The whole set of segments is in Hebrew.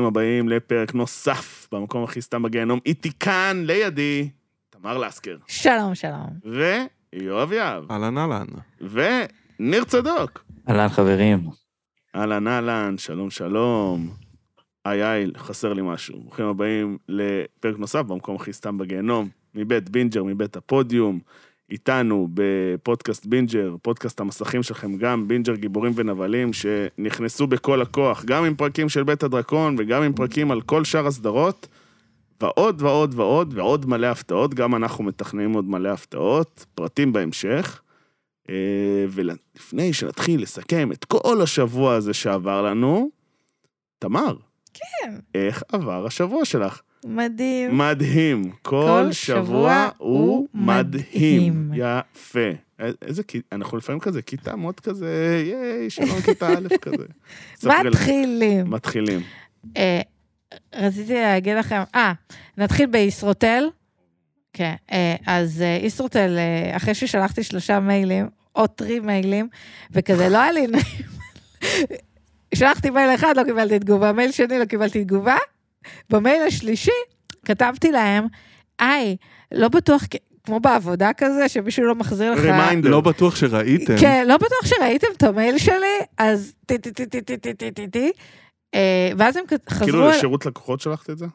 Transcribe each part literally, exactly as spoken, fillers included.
הבאים לפרק נוסף במקום הכי סתם בגיהנום. איתי כאן לידי, תמר לסקר. שלום, שלום. ויואב יאב. אהלן, אהלן. וניר צדוק. אהלן, חברים. אהלן, אהלן, שלום, שלום. איי, איי, חסר לי משהו. ברוכים הבאים לפרק נוסף במקום הכי סתם בגיהנום, מבית בינג'ר, מבית הפודיום. איתנו בפודקאסט בינג'ר, פודקאסט המסכים שלכם, גם בינג'ר גיבורים ונבלים, שנכנסו בכל הכוח, גם עם פרקים של בית הדרקון, וגם עם פרקים על כל שאר הסדרות, ועוד ועוד ועוד, ועוד מלא הפתעות, גם אנחנו מתכננים עוד מלא הפתעות, פרטים בהמשך, ולפני שנתחיל לסכם את כל השבוע הזה שעבר לנו, תמר, כן. איך עבר השבוע שלך? מדהים. מדהים. כל, כל שבוע, שבוע הוא מדהים. מדהים. יפה. איזה, אנחנו לפעמים כזה, כיתה מאוד כזה, ייי, שלום כיתה א' כזה. מתחילים. מתחילים. אה, רציתי להגיד לכם, אה, נתחיל בישרוטל. כן, אה, אז אה, ישרוטל, אה, אחרי ששלחתי שלושה מיילים, או טרי מיילים, וכזה לא היה לי נעים. שלחתי מייל אחד, לא קיבלתי תגובה, מייל שני, לא קיבלתי תגובה, במייל השלישי, כתבתי להם, איי, לא בטוח, כמו בעבודה כזה, שמישהו לא מחזיר לך... רימיינדר. לא בטוח שראיתם. כן, לא בטוח שראיתם את המייל שלי, אז טי טי טי טי טי טי טי טי טי, ואז הם חזרו... כאילו לשירות לקוחות שלחת את זה?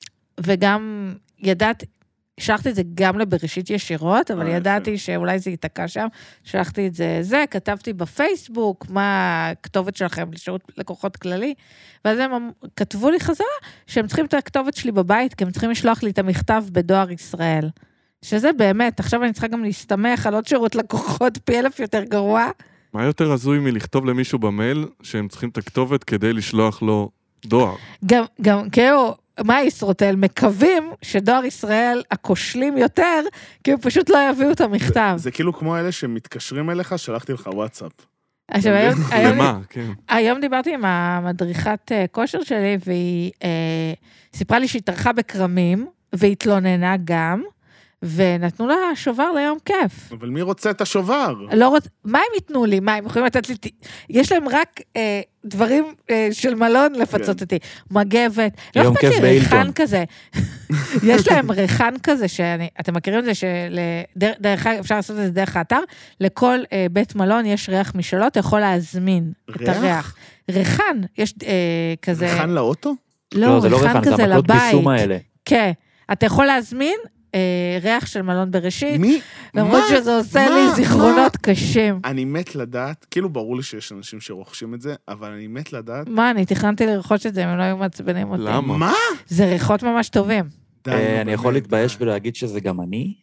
וגם ידעתי, שלחתי את זה גם לבראשית ישירות, אבל ידעתי שאולי זה ייתקע שם, שלחתי את זה זה, כתבתי בפייסבוק, מה הכתובת שלכם לשירות לקוחות כללי, ואז הם כתבו לי חזרה, שהם צריכים את הכתובת שלי בבית, כי הם צריכים לשלוח לי את המכתב בדואר ישראל, שזה באמת, עכשיו אני צריכה גם להסתמך על עוד שירות לקוחות, פי אלף יותר גרוע. מה יותר הזוי מלכתוב למישהו במייל, שהם צריכים את הכתובת כדי לשלוח לו דואר? גם, גם, כאילו, מה ישרוטל? מקווים שדואר ישראל הכושלים יותר, כי הם פשוט לא יביאו את המכתב. זה כאילו כמו אלה שמתקשרים אליך, שלחתי לך וואטסאפ. עכשיו, היום, היום, למה? כן. היום דיברתי עם המדריכת כושר שלי, והיא אה, סיפרה לי שהיא התארחה בקרמים, והתלוננה גם, ונתנו לה שובר ליום כיף. אבל מי רוצה את השובר? לא רוצ... מה הם ייתנו לי? מה, הם יכולים לתת לי... יש להם רק אה, דברים אה, של מלון לפצות אותי. מגבת. לא אכפת לי ריחן כזה. יש להם ריחן כזה, שאני, אתם מכירים את זה, שדרך, אפשר לעשות את זה דרך האתר, לכל אה, בית מלון יש ריח משלו, אתה יכול להזמין ריח? את הריח. ריחן, יש אה, כזה... ריחן לאוטו? לא, לא, זה לא ריחן ריחן, כזה זה המקלות לבית. ביסום האלה. כן, אתה יכול להזמין, ריח של מלון בראשית, מי? למרות שזה עושה לי זיכרונות קשים. אני מת לדעת, כאילו ברור לי שיש אנשים שרוכשים את זה, אבל אני מת לדעת. מה, אני תכננתי לרכוש את זה, הם לא היו מעצבנים אותי. למה? מה? זה ריחות ממש טובים. אני יכול להתבייש ולהגיד שזה גם אני?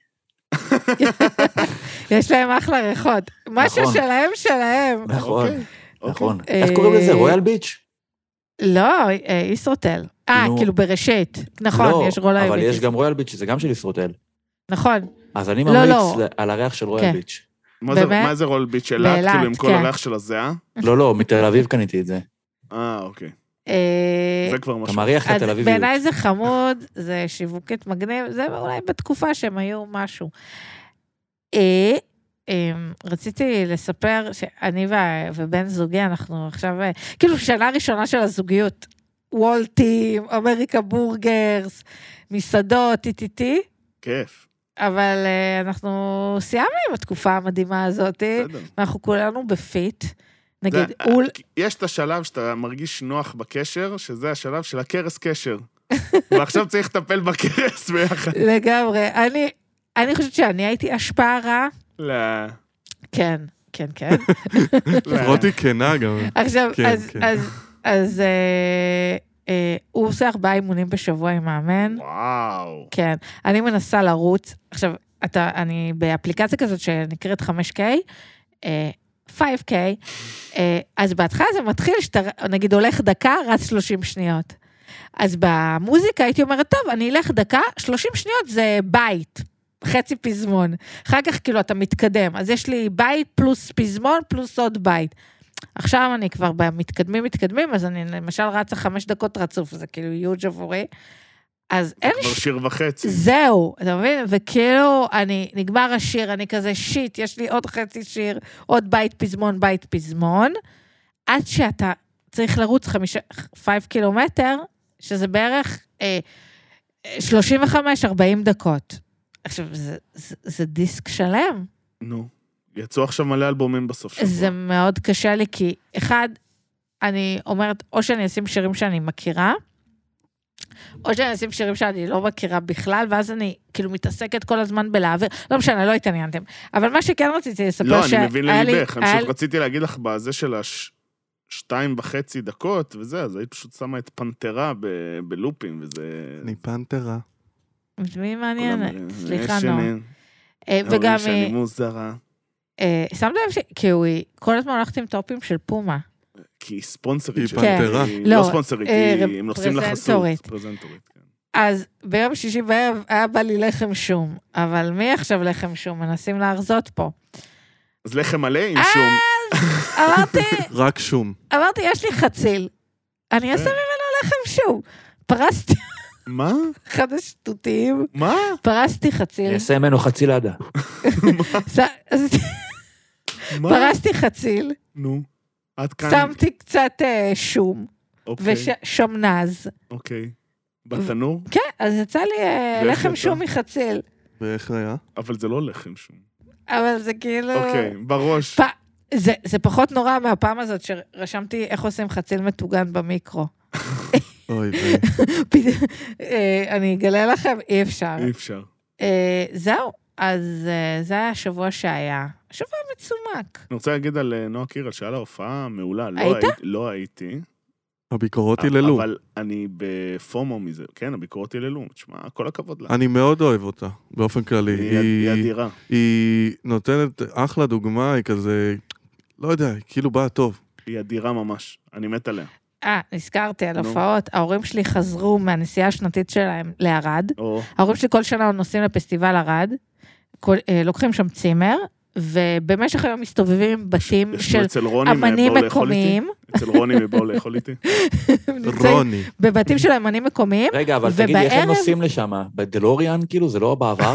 יש להם אחלה ריחות. משהו שלהם שלהם. נכון, נכון. אה, איך קוראים לזה? רויאל ביץ'? לא, ישרוטל. אה, נו. כאילו בראשית. נכון, לא, יש רויאל אבל ביץ'. יש גם רויאל ביץ', שזה גם של ישרוטל. נכון. אז אני לא, ממליץ לא. על הריח של רויאל כן. ביץ'. מה זה- באמת? מה זה רול ביץ' אילת? באילת, כאילו עם כל כן. הריח של הזיעה? לא, לא, מתל אביב קניתי את זה. אה, אוקיי. אה, זה כבר אתה משהו. מריח את אז התל אביביות. בעיניי זה חמוד, זה שיווקית מגניב, זה אולי בתקופה שהם היו משהו. אה, אה, רציתי לספר שאני ו- ובן זוגי, אנחנו עכשיו, אה, כאילו שנה ראשונה של הזוגיות, וולטים, אמריקה בורגרס, מסעדות, טי טי טי, כיף. אבל אה, אנחנו סיימנו עם התקופה המדהימה הזאת, בסדר. ואנחנו כולנו בפיט, נגיד, זה- אול... יש את השלב שאתה מרגיש נוח בקשר, שזה השלב של הקרס קשר. ועכשיו צריך לטפל בקרס ביחד. לגמרי, אני, אני חושבת שאני הייתי השפעה רעה, לא. כן, כן, כן. לפחות היא כנה גם. עכשיו, כן, אז, כן. אז, אז אה, אה, הוא עושה ארבעה אימונים בשבוע עם מאמן. וואו. כן, אני מנסה לרוץ. עכשיו, אתה, אני באפליקציה כזאת שנקראת חמש קיי, אה, חמש קיי, אה, אז בהתחלה זה מתחיל שאתה, נגיד, הולך דקה, רץ שלושים שניות. אז במוזיקה הייתי אומרת, טוב, אני אלך דקה, שלושים שניות זה בית. חצי פזמון. אחר כך כאילו אתה מתקדם. אז יש לי בית פלוס פזמון פלוס עוד בית. עכשיו אני כבר מתקדמים מתקדמים, אז אני למשל רצה חמש דקות רצוף, זה כאילו יוג' עבורי. אז אין כבר שיר וחצי. זהו, אתה מבין? וכאילו, אני, נגמר השיר, אני כזה שיט, יש לי עוד חצי שיר, עוד בית פזמון, בית פזמון, עד שאתה צריך לרוץ חמישה, פייב קילומטר, שזה בערך אה, שלושים וחמש ארבעים דקות. עכשיו, זה, זה, זה דיסק שלם. נו, יצאו עכשיו מלא אלבומים בסוף שבוע. זה מאוד קשה לי, כי אחד, אני אומרת, או שאני אשים שירים שאני מכירה, או שאני אשים שירים שאני לא מכירה בכלל, ואז אני כאילו מתעסקת כל הזמן בלהעביר, לא משנה, לא התעניינתם. אבל מה שכן רציתי לספר, לא, אני מבין לליבך, אני היה... פשוט רציתי להגיד לך בזה של השתיים וחצי דקות, וזה, אז היית פשוט שמה את פנתרה ב- בלופים, וזה... אני פנתרה. מי מעניין? כולם, סליחה, יש נו. שנים, וגם, אומרים שאני מוזרה. שמת לב שכאילו היא כל הזמן הולכת עם טופים של פומה. כי היא ספונסרית היא שלה. פנתרה. היא לא, לא ספונסרית, אה, היא- הם נוסעים לחסות. פרזנטורית. פרזנטורית, כן. אז ביום שישי בערב היה בא לי לחם שום, אבל מי עכשיו לחם שום? מנסים להרזות פה. אז לחם מלא עם שום. אמרתי, רק שום. אמרתי, יש לי חציל, אני אעשה ממנו לחם שום. פרסתי, מה? אחד השטותיים, מה? פרסתי חציל, יעשה ממנו חצי לידה. ש- אז מה? פרסתי חציל, נו. עד כאן. שמתי קצת אה, שום, אוקיי, ושומנז. אוקיי. בתנור? כן, אז יצא לי אה, ואיך לחם יצא? שום מחציל, ואיך היה? אבל זה לא לחם שום. אבל זה כאילו... אוקיי, בראש. פ- זה, זה פחות נורא מהפעם הזאת שרשמתי איך עושים חציל מטוגן במיקרו. אוי, וי. פת- אה, אני אגלה לכם, אי אפשר. אי אפשר. אה, זהו, אז אה, זה היה השבוע שהיה. שבוע מצומק. אני רוצה להגיד על אה, נועה קירל, שהיה לה הופעה מעולה. לא היית? הייתי- לא הייתי. הביקורות היללו. אבל אני בפומו מזה. כן, הביקורות היללו. תשמע, כל הכבוד לה. אני מאוד אוהב אותה, באופן כללי. היא היא אדירה. היא נותנת אחלה דוגמה, היא כזה, לא יודע, היא כאילו באה טוב. היא אדירה ממש. אני מת עליה. אה, נזכרתי על נו. הופעות. ההורים שלי חזרו מהנסיעה השנתית שלהם לערד. או, ההורים שלי כל שנה נוסעים לפסטיבל ערד, כל- אה, לוקחים שם צימר, ובמשך היום מסתובבים בתים יש של לנו אצל רוני, אמנים מבואו לאכול איתי. מקומיים, אצל רוני מבואו לאכול איתי. נמצאים רוני. בבתים של אמנים מקומיים, רגע, אבל תגידי, איך הם ובערב- נוסעים לשם? בדלוריאן, כאילו, זה לא בעבר?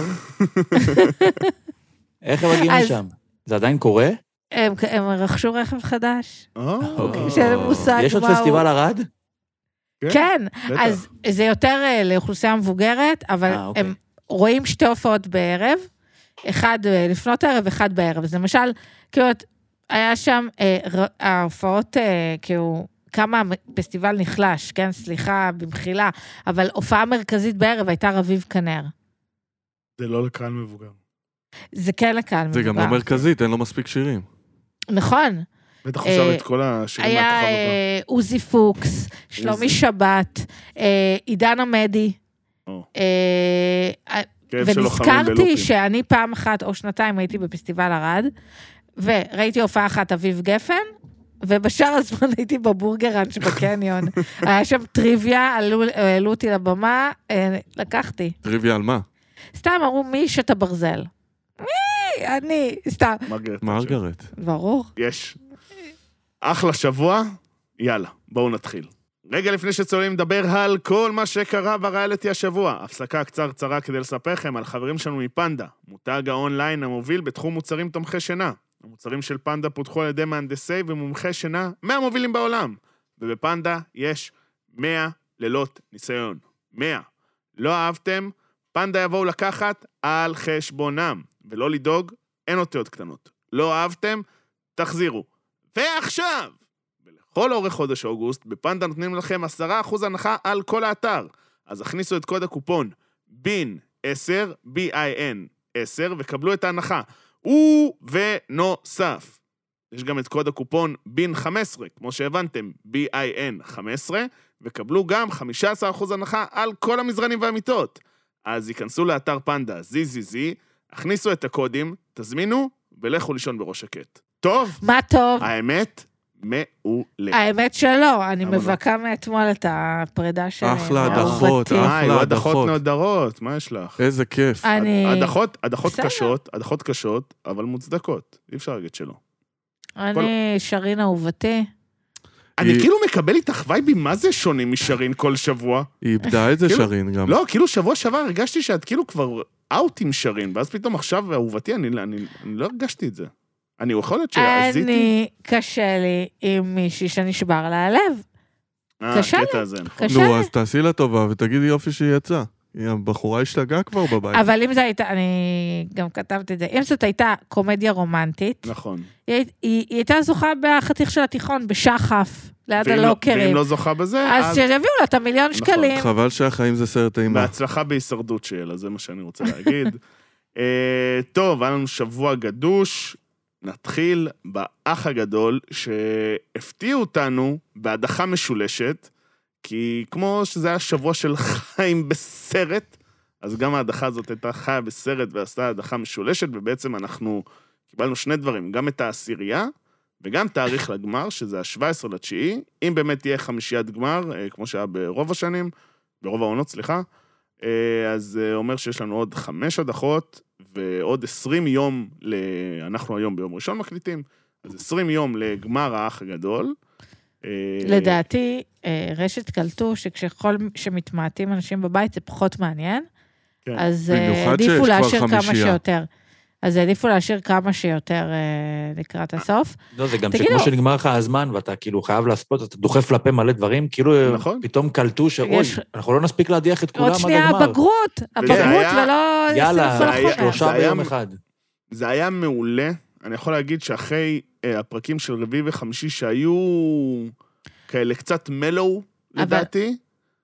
איך הם מגיעים אז- לשם? זה עדיין קורה? הם, הם רכשו רכב חדש. אה, אוקיי. שאין לי מושג יש עוד מה הוא. פסטיבל ערד? כן, בטח. אז זה יותר אה, לאוכלוסייה מבוגרת, אבל אה, אוקיי. הם רואים שתי הופעות בערב, אחד אה, לפנות הערב, אחד בערב. אז למשל, כאילו, היה שם אה, ר- ההופעות, אה, כאילו, כמה הפסטיבל נחלש, כן, סליחה, במחילה, אבל הופעה מרכזית בערב הייתה רביב כנר. זה לא לקהל מבוגר. זה כן לקהל זה מבוגר. גם לא מרכזית, אין לו מספיק שירים. נכון. בטח אה, עכשיו את כל השירים היה מהכוכב הבא. אה, עוזי פוקס, שלומי עוזי. שבת, אה, עידן עמדי. או. אה, כאב של לוחמים ונזכרתי בלופים. שאני פעם אחת או שנתיים הייתי בפסטיבל ערד, וראיתי הופעה אחת אביב גפן, ובשאר הזמן הייתי בבורגראנץ' בקניון. היה שם טריוויה, עלו- העלו אותי לבמה, אה, לקחתי. טריוויה על מה? סתם אמרו, מי איש את הברזל? מי? אני, סתם. מרגרט. מרגרט. ברור. יש. אחלה שבוע, יאללה, בואו נתחיל. רגע לפני שצוללים לדבר על כל מה שקרה בריאליטי השבוע, הפסקה קצרצרה כדי לספר לכם על חברים שלנו מפנדה, מותג האונליין המוביל בתחום מוצרים תומכי שינה. המוצרים של פנדה פותחו על ידי מהנדסי ומומחי שינה מהמובילים בעולם, ובפנדה יש מאה לילות ניסיון. מאה. לא אהבתם? פנדה יבואו לקחת על חשבונם, ולא לדאוג, אין אותיות קטנות. לא אהבתם? תחזירו. ועכשיו, ולכל אורך חודש אוגוסט, בפנדה נותנים לכם עשרה אחוז הנחה על כל האתר. אז הכניסו את קוד הקופון בין עשר, בי איי אן עשר, וקבלו את ההנחה. ובנוסף, יש גם את קוד הקופון בין חמש עשרה, כמו שהבנתם, בי איי אן חמש עשרה, וקבלו גם חמישה עשר אחוז הנחה על כל המזרנים והמיטות. אז ייכנסו לאתר פנדה, זי זי זי, הכניסו את הקודים, תזמינו, ולכו לישון בראש שקט. טוב, מה טוב? האמת, מעולה. האמת שלא, אני למה לא? מבקה מאתמול את הפרידה שלי. אחלה מאהובתי. הדחות, אה, אחלה היו הדחות הדחות. נהדרות, מה יש לך? איזה כיף. אני... הדחות, הדחות בסדר. קשות, הדחות קשות, אבל מוצדקות. אי אפשר להגיד שלא. אני שרין אהובתי. אני היא- כאילו מקבל איתך וייבים, מה זה שונים משרין כל שבוע? היא איבדה את זה, כאילו- שרין, גם. לא, כאילו שבוע שעבר הרגשתי שאת כאילו כבר אאוט עם שרין, ואז פתאום עכשיו, אהובתי, אני אני- אני לא הרגשתי את זה. אני יכול להיות שעזיתי. אני, קשה לי עם מישהי שנשבר לה הלב. אה, קשה הקטע לי. הזה, נכון. קשה. נו, אז תעשי לה טובה ותגידי יופי שהיא יצאה. הבחורה השתגעה כבר בבית. אבל אם זה הייתה, אני גם כתבתי את זה, אם זאת הייתה קומדיה רומנטית, נכון. היא, היא, היא הייתה זוכה בחתיך של התיכון, בשחף, ליד ואם לא- הלוקרים. ואם לא זוכה בזה, אז שיביאו לה את המיליון נכון, שקלים. חבל שהחיים זה סרט אימה. בהצלחה בהישרדות שיהיה לה, זה מה שאני רוצה להגיד. אה, טוב, היה לנו שבוע גדוש, נתחיל באח הגדול, שהפתיעו אותנו בהדחה משולשת, כי כמו שזה היה שבוע של חיים בסרט, אז גם ההדחה הזאת הייתה חיה בסרט ועשתה הדחה משולשת, ובעצם אנחנו קיבלנו שני דברים, גם את העשירייה, וגם תאריך לגמר, שזה ה-שבעה עשר לתשיעי, אם באמת תהיה חמישיית גמר, כמו שהיה ברוב השנים, ברוב העונות, סליחה, אז זה אומר שיש לנו עוד חמש הדחות, ועוד עשרים יום, ל... אנחנו היום ביום ראשון מקליטים, אז עשרים יום לגמר האח הגדול. לדעתי, רשת קלטו שכשכל שמתמעטים אנשים בבית זה פחות מעניין, כן. אז במיוחד עדיפו שיש כבר להשאיר כמה חמישייה. שיותר. אז עדיפו להשאיר כמה שיותר לקראת הסוף. לא, זה גם תגידו. שכמו שנגמר לך הזמן, ואתה כאילו חייב להספות, אתה דוחף לפה מלא דברים, כאילו נכון. פתאום קלטו שאוי, יש- אנחנו לא נספיק להדיח את כולם עוד עד שנייה הגמר. הבגרות, הבגרות היה- ולא... יאללה, כל זה היה- החומר. שלושה זה היה- ביום אחד. זה היה מעולה, אני יכול להגיד שאחרי אה, הפרקים של רביעי וחמישי שהיו כאלה קצת מלו, אבל- לדעתי,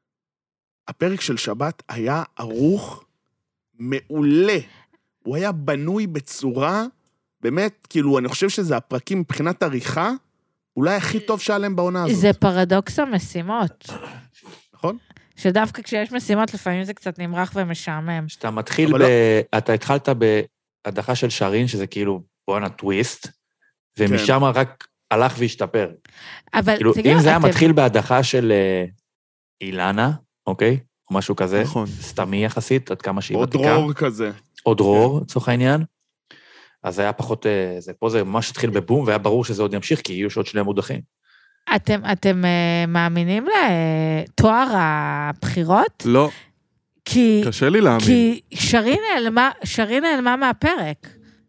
הפרק של שבת היה ערוך מעולה. הוא היה בנוי בצורה, באמת, כאילו, אני חושב שזה הפרקים מבחינת עריכה, אולי הכי טוב שהיה להם בעונה הזאת. זה פרדוקס המשימות. נכון? שדווקא כשיש משימות, לפעמים זה קצת נמרח ומשעמם. שאתה מתחיל אבל ב... אתה התחלת בהדחה של שרין, שזה כאילו, בואנה טוויסט, ומשם רק הלך והשתפר. אבל כאילו, תגידו, אם זה היה אתם- מתחיל בהדחה של אה, אילנה, אוקיי? או משהו כזה, נכון. סתמי יחסית, עד כמה שהיא או ותיקה. דרור כזה. או דרור, לצורך העניין. אז זה היה פחות, אה, זה, פה זה ממש התחיל בבום, והיה ברור שזה עוד ימשיך, כי יהיו שעוד שני מודחים. אתם, אתם אה, מאמינים לתואר הבחירות? לא, כי, קשה לי להאמין. כי שרין נעלמה, שרין נעלמה מהפרק.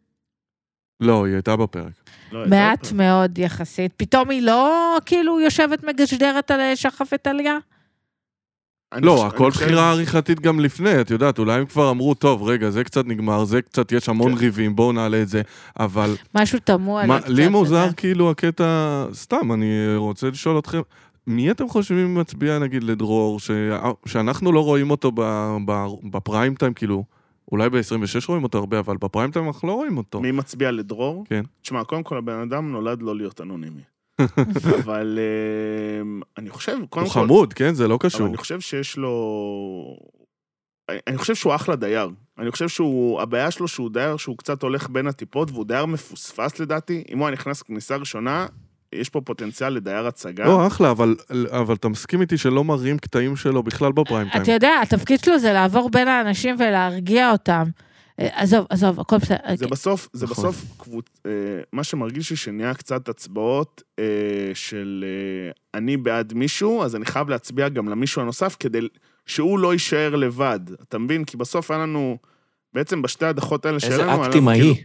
לא, היא הייתה בפרק. לא, הייתה מעט אותה. מאוד יחסית. פתאום היא לא כאילו יושבת מגשדרת על שחף איטליה? אני לא, חושב- הכל אני חושב- בחירה עריכתית גם לפני, את יודעת, אולי הם כבר אמרו, טוב, רגע, זה קצת נגמר, זה קצת, יש המון כן. ריבים, בואו נעלה את זה, אבל משהו תמוה. מה- קצת לי מוזר בזה. כאילו הקטע, סתם, אני רוצה לשאול אתכם, מי אתם חושבים מצביע נגיד לדרור, ש... שאנחנו לא רואים אותו ב... ב... בפריים טיים, כאילו, אולי ב-עשרים ושש רואים אותו הרבה, אבל בפריים טיים אנחנו לא רואים אותו. מי מצביע לדרור? כן. תשמע, קודם כל הבן אדם נולד לא להיות אנונימי. אבל אה, אני חושב, קודם הוא כל... חמוד, כן? זה לא אבל קשור. אני חושב שיש לו... אני- אני חושב שהוא אחלה דייר. אני חושב שהוא... הבעיה שלו שהוא דייר שהוא קצת הולך בין הטיפות, והוא דייר מפוספס לדעתי. אם הוא היה נכנס כניסה ראשונה, יש פה פוטנציאל לדייר הצגה. לא, אחלה, אבל, אבל אתה מסכים איתי שלא מראים קטעים שלו בכלל בפריים טיים. אתה יודע, התפקיד שלו זה לעבור בין האנשים ולהרגיע אותם. אה, עזוב, עזוב, הכל בסדר. זה בסוף, זה נכון. בסוף קבוצ... אה, מה שמרגיש לי שנהיה קצת הצבעות אה, של אה, אני בעד מישהו, אז אני חייב להצביע גם למישהו הנוסף כדי שהוא לא יישאר לבד. אתה מבין? כי בסוף היה לנו, בעצם בשתי הדחות האלה איזה שלנו... היה לנו אקט כאילו- אמאי.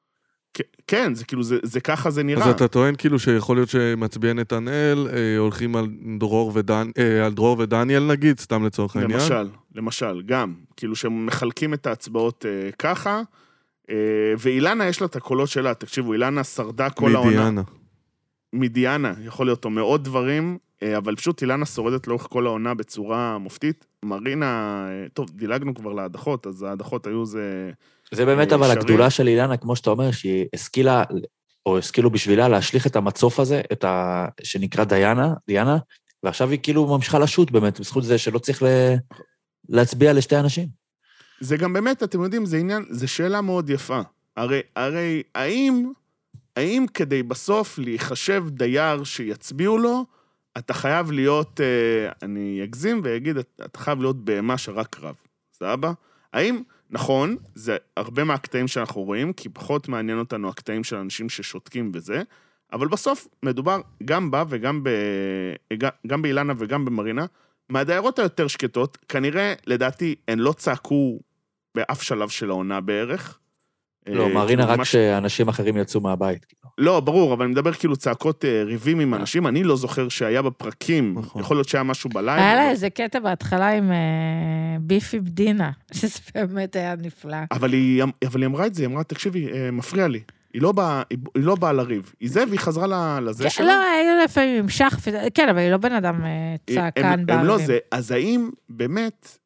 כן, זה כאילו, זה, זה ככה זה נראה. אז אתה טוען כאילו שיכול להיות שמצביעי נתנאל אה, הולכים על דרור, ודן, אה, על דרור ודניאל נגיד, סתם לצורך העניין. למשל, למשל, גם. כאילו שהם מחלקים את ההצבעות אה, ככה, אה, ואילנה יש לה את הקולות שלה. תקשיבו, אילנה שרדה כל העונה. מדיאנה. מדיאנה, יכול להיות או מאוד דברים, אה, אבל פשוט אילנה שורדת לאורך כל העונה בצורה מופתית. מרינה, אה, טוב, דילגנו כבר להדחות, אז ההדחות היו זה... זה באמת אה, אבל שרין. הגדולה של אילנה, כמו שאתה אומר, שהיא השכילה, או השכילו בשבילה להשליך את המצוף הזה, את ה... שנקרא דיאנה, דיאנה, ועכשיו היא כאילו ממשיכה לשוט באמת, בזכות זה שלא צריך ל... להצביע לשתי אנשים. זה גם באמת, אתם יודעים, זה עניין, זה שאלה מאוד יפה. הרי, הרי, האם, האם כדי בסוף להיחשב דייר שיצביעו לו, אתה חייב להיות, אה, אני אגזים ויגיד, אתה חייב להיות בהמה שרק קרב. סבבה? האם, נכון, זה הרבה מהקטעים שאנחנו רואים, כי פחות מעניין אותנו הקטעים של אנשים ששותקים וזה, אבל בסוף מדובר גם בה וגם ב, גם באילנה וגם במרינה, מהדיירות היותר שקטות, כנראה, לדעתי, הן לא צעקו באף שלב של העונה בערך, לא, מרינה רק שאנשים אחרים יצאו מהבית. לא, ברור, אבל אני מדבר כאילו צעקות ריבים עם אנשים, אני לא זוכר שהיה בפרקים, יכול להיות שהיה משהו בלילה. היה לה איזה קטע בהתחלה עם ביפי בדינה, שזה באמת היה נפלא. אבל היא אמרה את זה, היא אמרה, תקשיבי, מפריע לי. היא לא באה לריב. היא זה, והיא חזרה לזה שלה. לא, היה לפעמים המשך, כן, אבל היא לא בן אדם צעקן בערים. הם לא זה, אז האם באמת...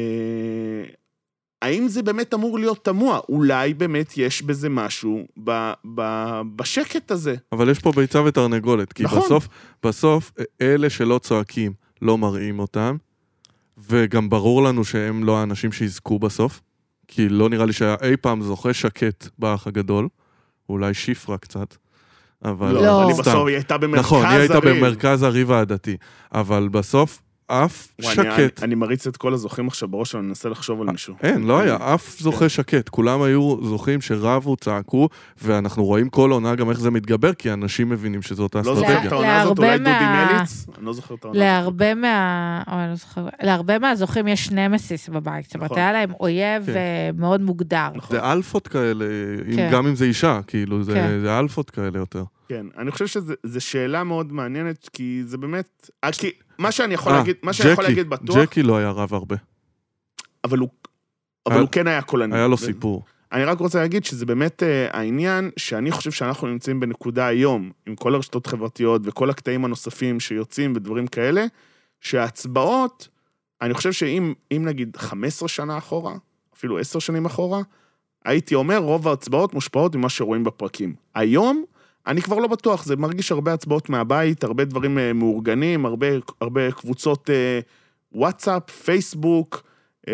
האם זה באמת אמור להיות תמוה? אולי באמת יש בזה משהו ב, ב, בשקט הזה. אבל יש פה ביצה ותרנגולת, כי נכון. בסוף, בסוף, אלה שלא צועקים לא מראים אותם, וגם ברור לנו שהם לא האנשים שיזכו בסוף, כי לא נראה לי שאי פעם זוכה שקט באח הגדול, אולי שיפרה קצת, אבל... לא, לא. אבל בסוף היא הייתה במרכז נכון, היא הייתה הריב. במרכז הריב העדתי, אבל בסוף... אף שקט. אני, אני מריץ את כל הזוכים עכשיו בראש, אני אנסה לחשוב על מישהו. אין, לא היה, אף זוכה שקט. כולם היו זוכים שרבו, צעקו, ואנחנו רואים כל עונה גם איך זה מתגבר, כי אנשים מבינים שזאת האסטרטגיה. לא זוכר את העונה הזאת, אולי דודי מליץ? אני לא זוכר את העונה הזאת. להרבה מה... להרבה מהזוכים יש נמסיס בבית. זאת אומרת, היה להם אויב מאוד מוגדר. זה אלפות כאלה, גם אם זה אישה, כאילו, זה אלפות כאלה יותר. כן, אני חושב שזו שאלה מאוד מעניינת, כי זה באמת... כי מה שאני יכול להגיד, מה שאני יכול להגיד בטוח... ג'קי לא היה רב הרבה. אבל הוא, אבל הוא כן היה קולני. היה לו סיפור. אני רק רוצה להגיד שזה באמת העניין, שאני חושב שאנחנו נמצאים בנקודה היום, עם כל הרשתות חברתיות וכל הקטעים הנוספים שיוצאים ודברים כאלה, שההצבעות, אני חושב שאם אם נגיד חמש עשרה שנה אחורה, אפילו עשר שנים אחורה, הייתי אומר, רוב ההצבעות מושפעות ממה שרואים בפרקים. היום, אני כבר לא בטוח, זה מרגיש הרבה הצבעות מהבית, הרבה דברים מאורגנים, הרבה, הרבה קבוצות וואטסאפ, פייסבוק,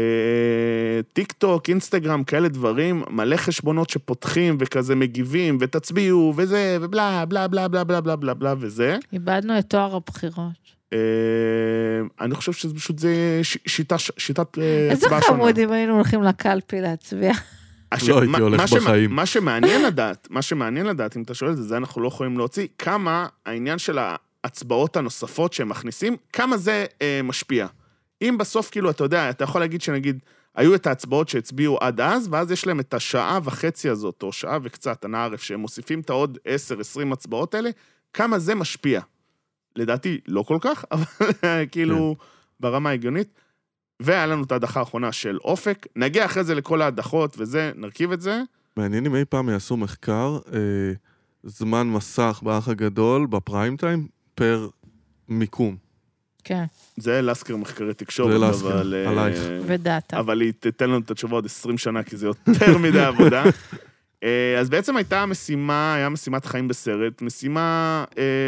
טיק טוק, אינסטגרם, כאלה דברים, מלא חשבונות שפותחים וכזה מגיבים, ותצביעו, וזה, ובלה, בלה, בלה, בלה, בלה, בלה, בלה, בלה, וזה. איבדנו את תואר הבחירות. אני חושב שזה פשוט זה שיטה, שיטת איזה חמוד אם היינו הולכים לקלפי להצביע. לא הייתי הולך בחיים. מה שמעניין לדעת, מה שמעניין לדעת, אם אתה שואל את זה, זה אנחנו לא יכולים להוציא, כמה העניין של ההצבעות הנוספות שהם מכניסים, כמה זה אה, משפיע. אם בסוף, כאילו, אתה יודע, אתה יכול להגיד שנגיד, היו את ההצבעות שהצביעו עד אז, ואז יש להם את השעה וחצי הזאת, או שעה וקצת, הנערף, שהם מוסיפים את העוד עשר עשרים הצבעות האלה, כמה זה משפיע. לדעתי, לא כל כך, אבל כאילו, ברמה ההגיונית. והיה לנו את ההדחה האחרונה של אופק, נגיע אחרי זה לכל ההדחות וזה, נרכיב את זה. מעניין אם אי פעם יעשו מחקר, אה, זמן מסך באח הגדול, בפריים טיים, פר מיקום. כן. זה לסקר מחקרי תקשורת, זה לסקר, אבל... עלייך. ודאטה. אבל היא תתן לנו את התשובה עוד עשרים שנה, כי זה יותר מדי עבודה. אז בעצם הייתה משימה, היה משימת חיים בסרט, משימה...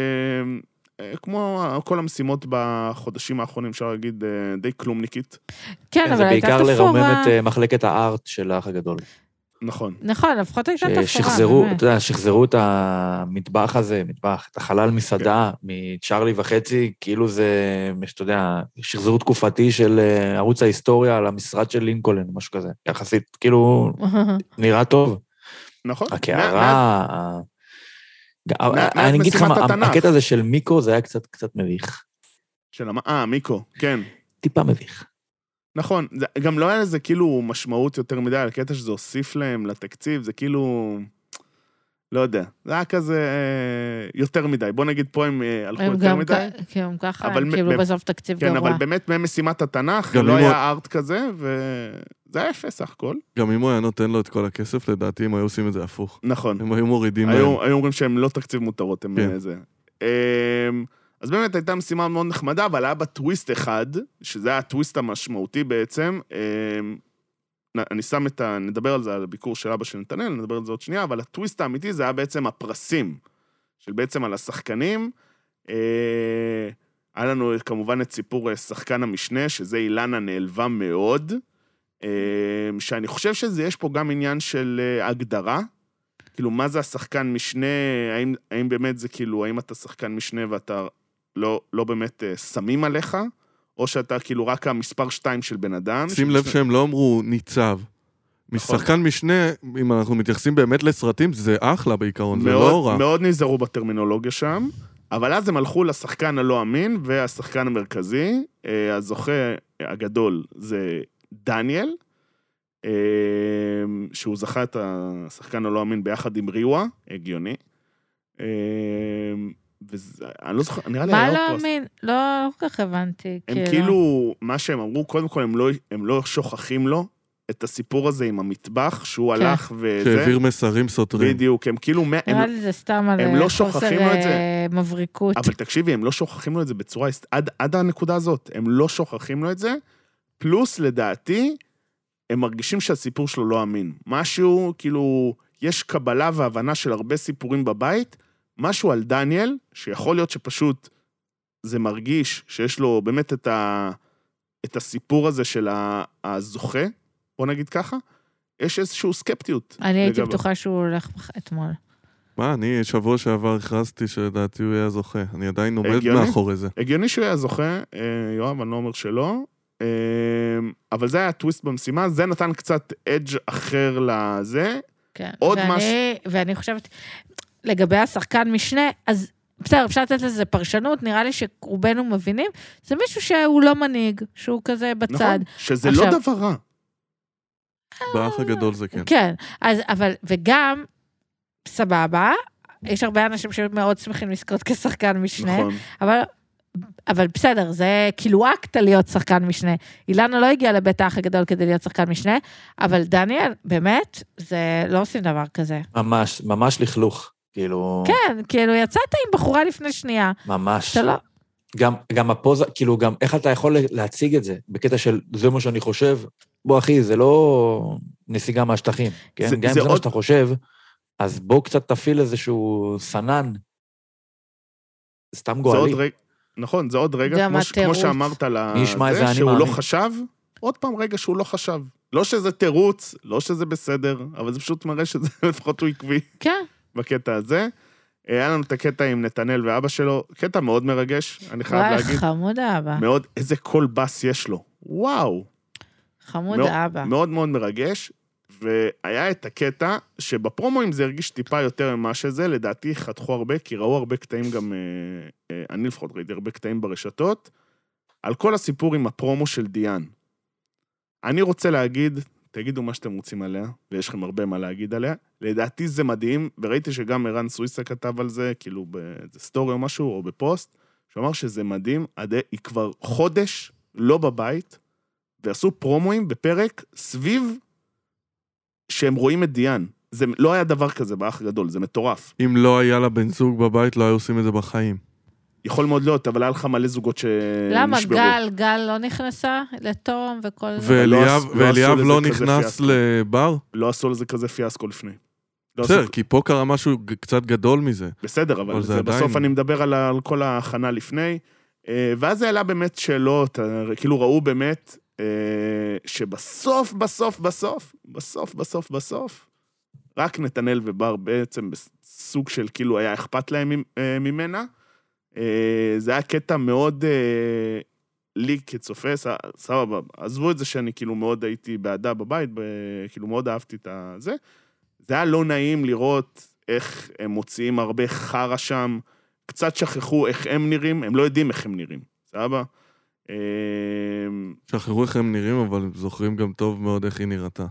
כמו כל המשימות בחודשים האחרונים, אפשר להגיד, די כלומניקית. כן, אבל הייתה תפורה. זה בעיקר לרומם את מחלקת הארט של האח הגדול. נכון. נכון, לפחות הייתה תפורה. ששחזרו, אתה יודע, שחזרו את המטבח הזה, מטבח, את החלל מסעדה, מצ'רלי וחצי, כאילו זה, אתה יודע, שחזרו תקופתי של ערוץ ההיסטוריה על המשרד של לינקולן, משהו כזה. יחסית, כאילו, נראה טוב. נכון. הקערה... אני אגיד לך, הקטע הזה של מיקו, זה היה קצת קצת מביך. של מה? אה, מיקו, כן. טיפה מביך. נכון, גם לא היה לזה כאילו משמעות יותר מדי, הקטע שזה הוסיף להם לתקציב, זה כאילו, לא יודע, זה היה כזה יותר מדי. בוא נגיד פה הם הלכו יותר מדי. כן, ככה, הם קיבלו בסוף תקציב גרוע. כן, אבל באמת ממשימת התנ"ך, לא היה ארט כזה, וזה היה אפס סך הכל. גם אם הוא היה נותן לו את כל הכסף, לדעתי הם היו עושים את זה הפוך. נכון. הם היו מורידים להם. היו אומרים שהם לא תקציב מותרות, הם זה. אז באמת הייתה משימה מאוד נחמדה, אבל היה בה טוויסט אחד, שזה היה הטוויסט המשמעותי בעצם. אני שם את ה... נדבר על זה, על הביקור של אבא של נתנאל, נדבר על זה עוד שנייה, אבל הטוויסט האמיתי זה היה בעצם הפרסים, של בעצם על השחקנים. היה לנו כמובן את סיפור שחקן המשנה, שזה אילנה נעלבה מאוד, שאני חושב שזה יש פה גם עניין של הגדרה, כאילו מה זה השחקן משנה, האם, האם באמת זה כאילו, האם אתה שחקן משנה ואתה לא, לא באמת שמים עליך, או שאתה כאילו רק המספר שתיים של בן אדם. שים לב שהם לא אמרו ניצב. משחקן משנה, אם אנחנו מתייחסים באמת לסרטים, זה אחלה בעיקרון, זה לא רע. מאוד נזהרו בטרמינולוגיה שם, אבל אז הם הלכו לשחקן הלא אמין, והשחקן המרכזי, הזוכה הגדול זה דניאל, שהוא זכה את השחקן הלא אמין ביחד עם ריווה, הגיוני. ואני לא זוכר, נראה לי מה לא אמין? לא כל כך הבנתי. הם כאילו, מה שהם אמרו, קודם כל הם לא שוכחים לו את הסיפור הזה עם המטבח, שהוא הלך וזה. שהעביר מסרים סותרים. בדיוק, הם כאילו... נראה לי זה סתם על חוסר מבריקות. אבל תקשיבי, הם לא שוכחים לו את זה בצורה... עד הנקודה הזאת, הם לא שוכחים לו את זה, פלוס לדעתי, הם מרגישים שהסיפור שלו לא אמין. משהו, כאילו, יש קבלה והבנה של הרבה סיפורים בבית, משהו על דניאל, שיכול להיות שפשוט זה מרגיש שיש לו באמת את, ה, את הסיפור הזה של הזוכה, בוא נגיד ככה, יש איזשהו סקפטיות. אני הייתי בטוחה שהוא הולך אתמול. מה, אני שבוע שעבר הכרזתי שלדעתי הוא היה זוכה. אני עדיין עומד מאחורי זה. הגיוני שהוא היה זוכה, יואב, אני לא אומר שלא, אבל זה היה טוויסט במשימה, זה נתן קצת אדג' אחר לזה. כן, ואני, מש... ואני חושבת, לגבי השחקן משנה, אז בסדר, אפשר לתת לזה פרשנות, נראה לי שרובנו מבינים, זה מישהו שהוא לא מנהיג, שהוא כזה בצד. נכון, שזה עכשיו, לא דבר רע. באח הגדול זה כן. כן, אז, אבל, וגם, סבבה, יש הרבה אנשים שמאוד שמחים לזכות כשחקן משנה, נכון. אבל... אבל בסדר, זה כאילו אקט להיות שחקן משנה. אילנה לא הגיעה לבית האח הגדול כדי להיות שחקן משנה, אבל דניאל, באמת, זה לא עושים דבר כזה. ממש, ממש לכלוך, כאילו... כן, כאילו יצאת עם בחורה לפני שנייה. ממש. לא... גם, גם הפוזה, כאילו גם איך אתה יכול להציג את זה, בקטע של זה מה שאני חושב, בוא אחי, זה לא נסיגה מהשטחים, כן? זה, גם זה אם זה עוד... מה שאתה חושב, אז בוא קצת תפיל איזשהו סנן, סתם גואלי. נכון, זה עוד רגע, כמו, כמו שאמרת לזה, שהוא לא חשב, עוד פעם רגע שהוא לא חשב. לא שזה תירוץ, לא שזה בסדר, אבל זה פשוט מראה שזה לפחות הוא עקבי. כן. בקטע הזה. היה לנו את הקטע עם נתנאל ואבא שלו, קטע מאוד מרגש, אני חייב וואי, להגיד. וואי, חמוד האבא. מאוד, איזה קול בס יש לו. וואו. חמוד מאוד, האבא. מאוד מאוד מרגש, והיה את הקטע שבפרומואים זה הרגיש טיפה יותר ממה שזה, לדעתי חתכו הרבה, כי ראו הרבה קטעים גם, אני לפחות ראיתי הרבה קטעים ברשתות, על כל הסיפור עם הפרומו של דיאן. אני רוצה להגיד, תגידו מה שאתם רוצים עליה, ויש לכם הרבה מה להגיד עליה, לדעתי זה מדהים, וראיתי שגם ערן סוויסה כתב על זה, כאילו באיזה סטורי או משהו, או בפוסט, שאמר שזה מדהים, היא כבר חודש לא בבית, ועשו פרומואים בפרק סביב שהם רואים את דיאן. זה לא היה דבר כזה באח הגדול, זה מטורף. אם לא היה לה בן זוג בבית, לא היו עושים את זה בחיים. יכול מאוד להיות, אבל היה לך מלא זוגות שנשברו. למה? גל, גל לא נכנסה לתום וכל זה. ואליאב לא נכנס לבר? לא עשו לזה כזה פיאסקו לפני. בסדר, כי פה קרה משהו קצת גדול מזה. בסדר, אבל בסוף אני מדבר על כל ההכנה לפני, ואז זה עלה באמת שאלות, כאילו ראו באמת, שבסוף, בסוף, בסוף, בסוף, בסוף, בסוף, רק נתנאל ובר בעצם בסוג של כאילו היה אכפת להם ממנה, זה היה קטע מאוד לי כצופה, סבבה, עזבו את זה שאני כאילו מאוד הייתי בעדה בבית, כאילו מאוד אהבתי את זה, זה היה לא נעים לראות איך הם מוציאים הרבה חרה שם, קצת שכחו איך הם נראים, הם לא יודעים איך הם נראים, סבבה? שכחו איך הם נראים, אבל זוכרים גם טוב מאוד איך היא נראתה.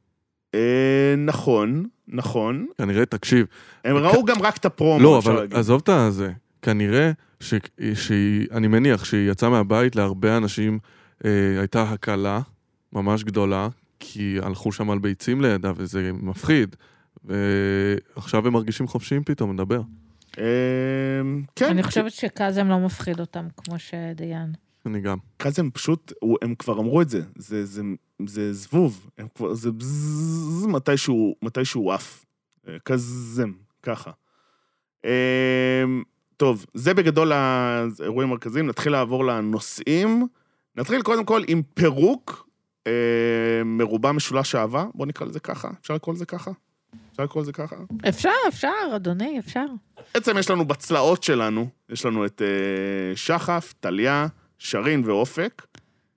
נכון, נכון. כנראה, תקשיב. הם ראו גם רק את הפרומו. לא, אבל עזוב את זה. כנראה שאני מניח שהיא יצאה מהבית להרבה אנשים, הייתה הקלה ממש גדולה, כי הלכו שם על ביצים לידה, וזה מפחיד. ועכשיו הם מרגישים חופשיים פתאום, נדבר. כן. אני חושבת שקזם לא מפחיד אותם, כמו שדיין. אני גם. קזם פשוט, הם כבר אמרו את זה, זה, זה, זה זבוב, הם כבר, זה בזז, מתישהו, מתישהו אף. קזם, ככה. טוב, זה בגדול האירועים המרכזיים, נתחיל לעבור לנושאים, נתחיל קודם כל עם פירוק, מרובע משולש אהבה, בוא נקרא לזה ככה, אפשר לקרוא לזה ככה? אפשר לקרוא לזה ככה? אפשר, אפשר, אדוני, אפשר. בעצם יש לנו בצלעות שלנו, יש לנו את שחף, טליה, שרין ואופק,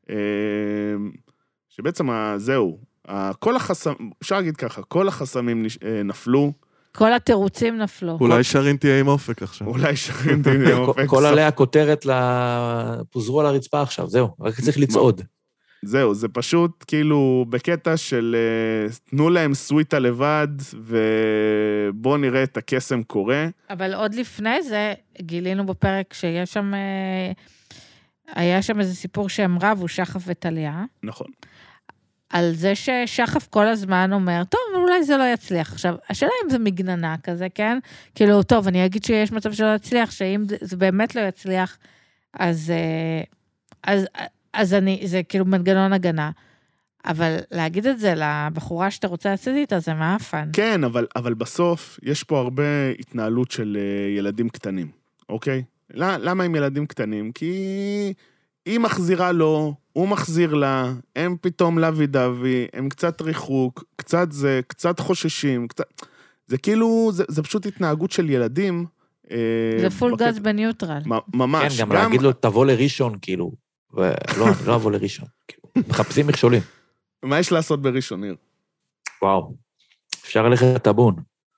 שבעצם זהו, כל החסמים, אפשר להגיד ככה, כל החסמים נפלו. כל התירוצים נפלו. אולי שרין תהיה עם אופק עכשיו. אולי שרין תהיה עם אופק. כל עלי הכותרת פוזרו על הרצפה עכשיו, זהו, רק צריך לצעוד. זהו, זה פשוט כאילו בקטע של תנו להם סוויטה לבד, ובואו נראה את הקסם קורה. אבל עוד לפני זה, גילינו בפרק שיש שם, היה שם איזה סיפור שהם רבו, שחף וטליה. נכון. על זה ששחף כל הזמן אומר, טוב, אולי זה לא יצליח. עכשיו, השאלה אם זה מגננה כזה, כן? כאילו, טוב, אני אגיד שיש מצב שלא יצליח, שאם זה באמת לא יצליח, אז, אז, אז אני, זה כאילו מנגנון הגנה. אבל להגיד את זה לבחורה שאתה רוצה לצאת איתה, זה מאפן. כן, אבל, אבל בסוף יש פה הרבה התנהלות של ילדים קטנים, אוקיי? למה עם ילדים קטנים? כי היא מחזירה לו, הוא מחזיר לה, הם פתאום לוי דווי, הם קצת ריחוק, קצת זה, קצת חוששים, קצת... זה כאילו, זה, זה פשוט התנהגות של ילדים. זה פול בקט... גז בניוטרל. ממש. כן, גם, גם להגיד לו, תבוא לראשון, כאילו, ולא, לא אבוא לראשון, כאילו, מחפשים מכשולים. מה יש לעשות בראשון, ניר? וואו, אפשר ללכת לטאבון.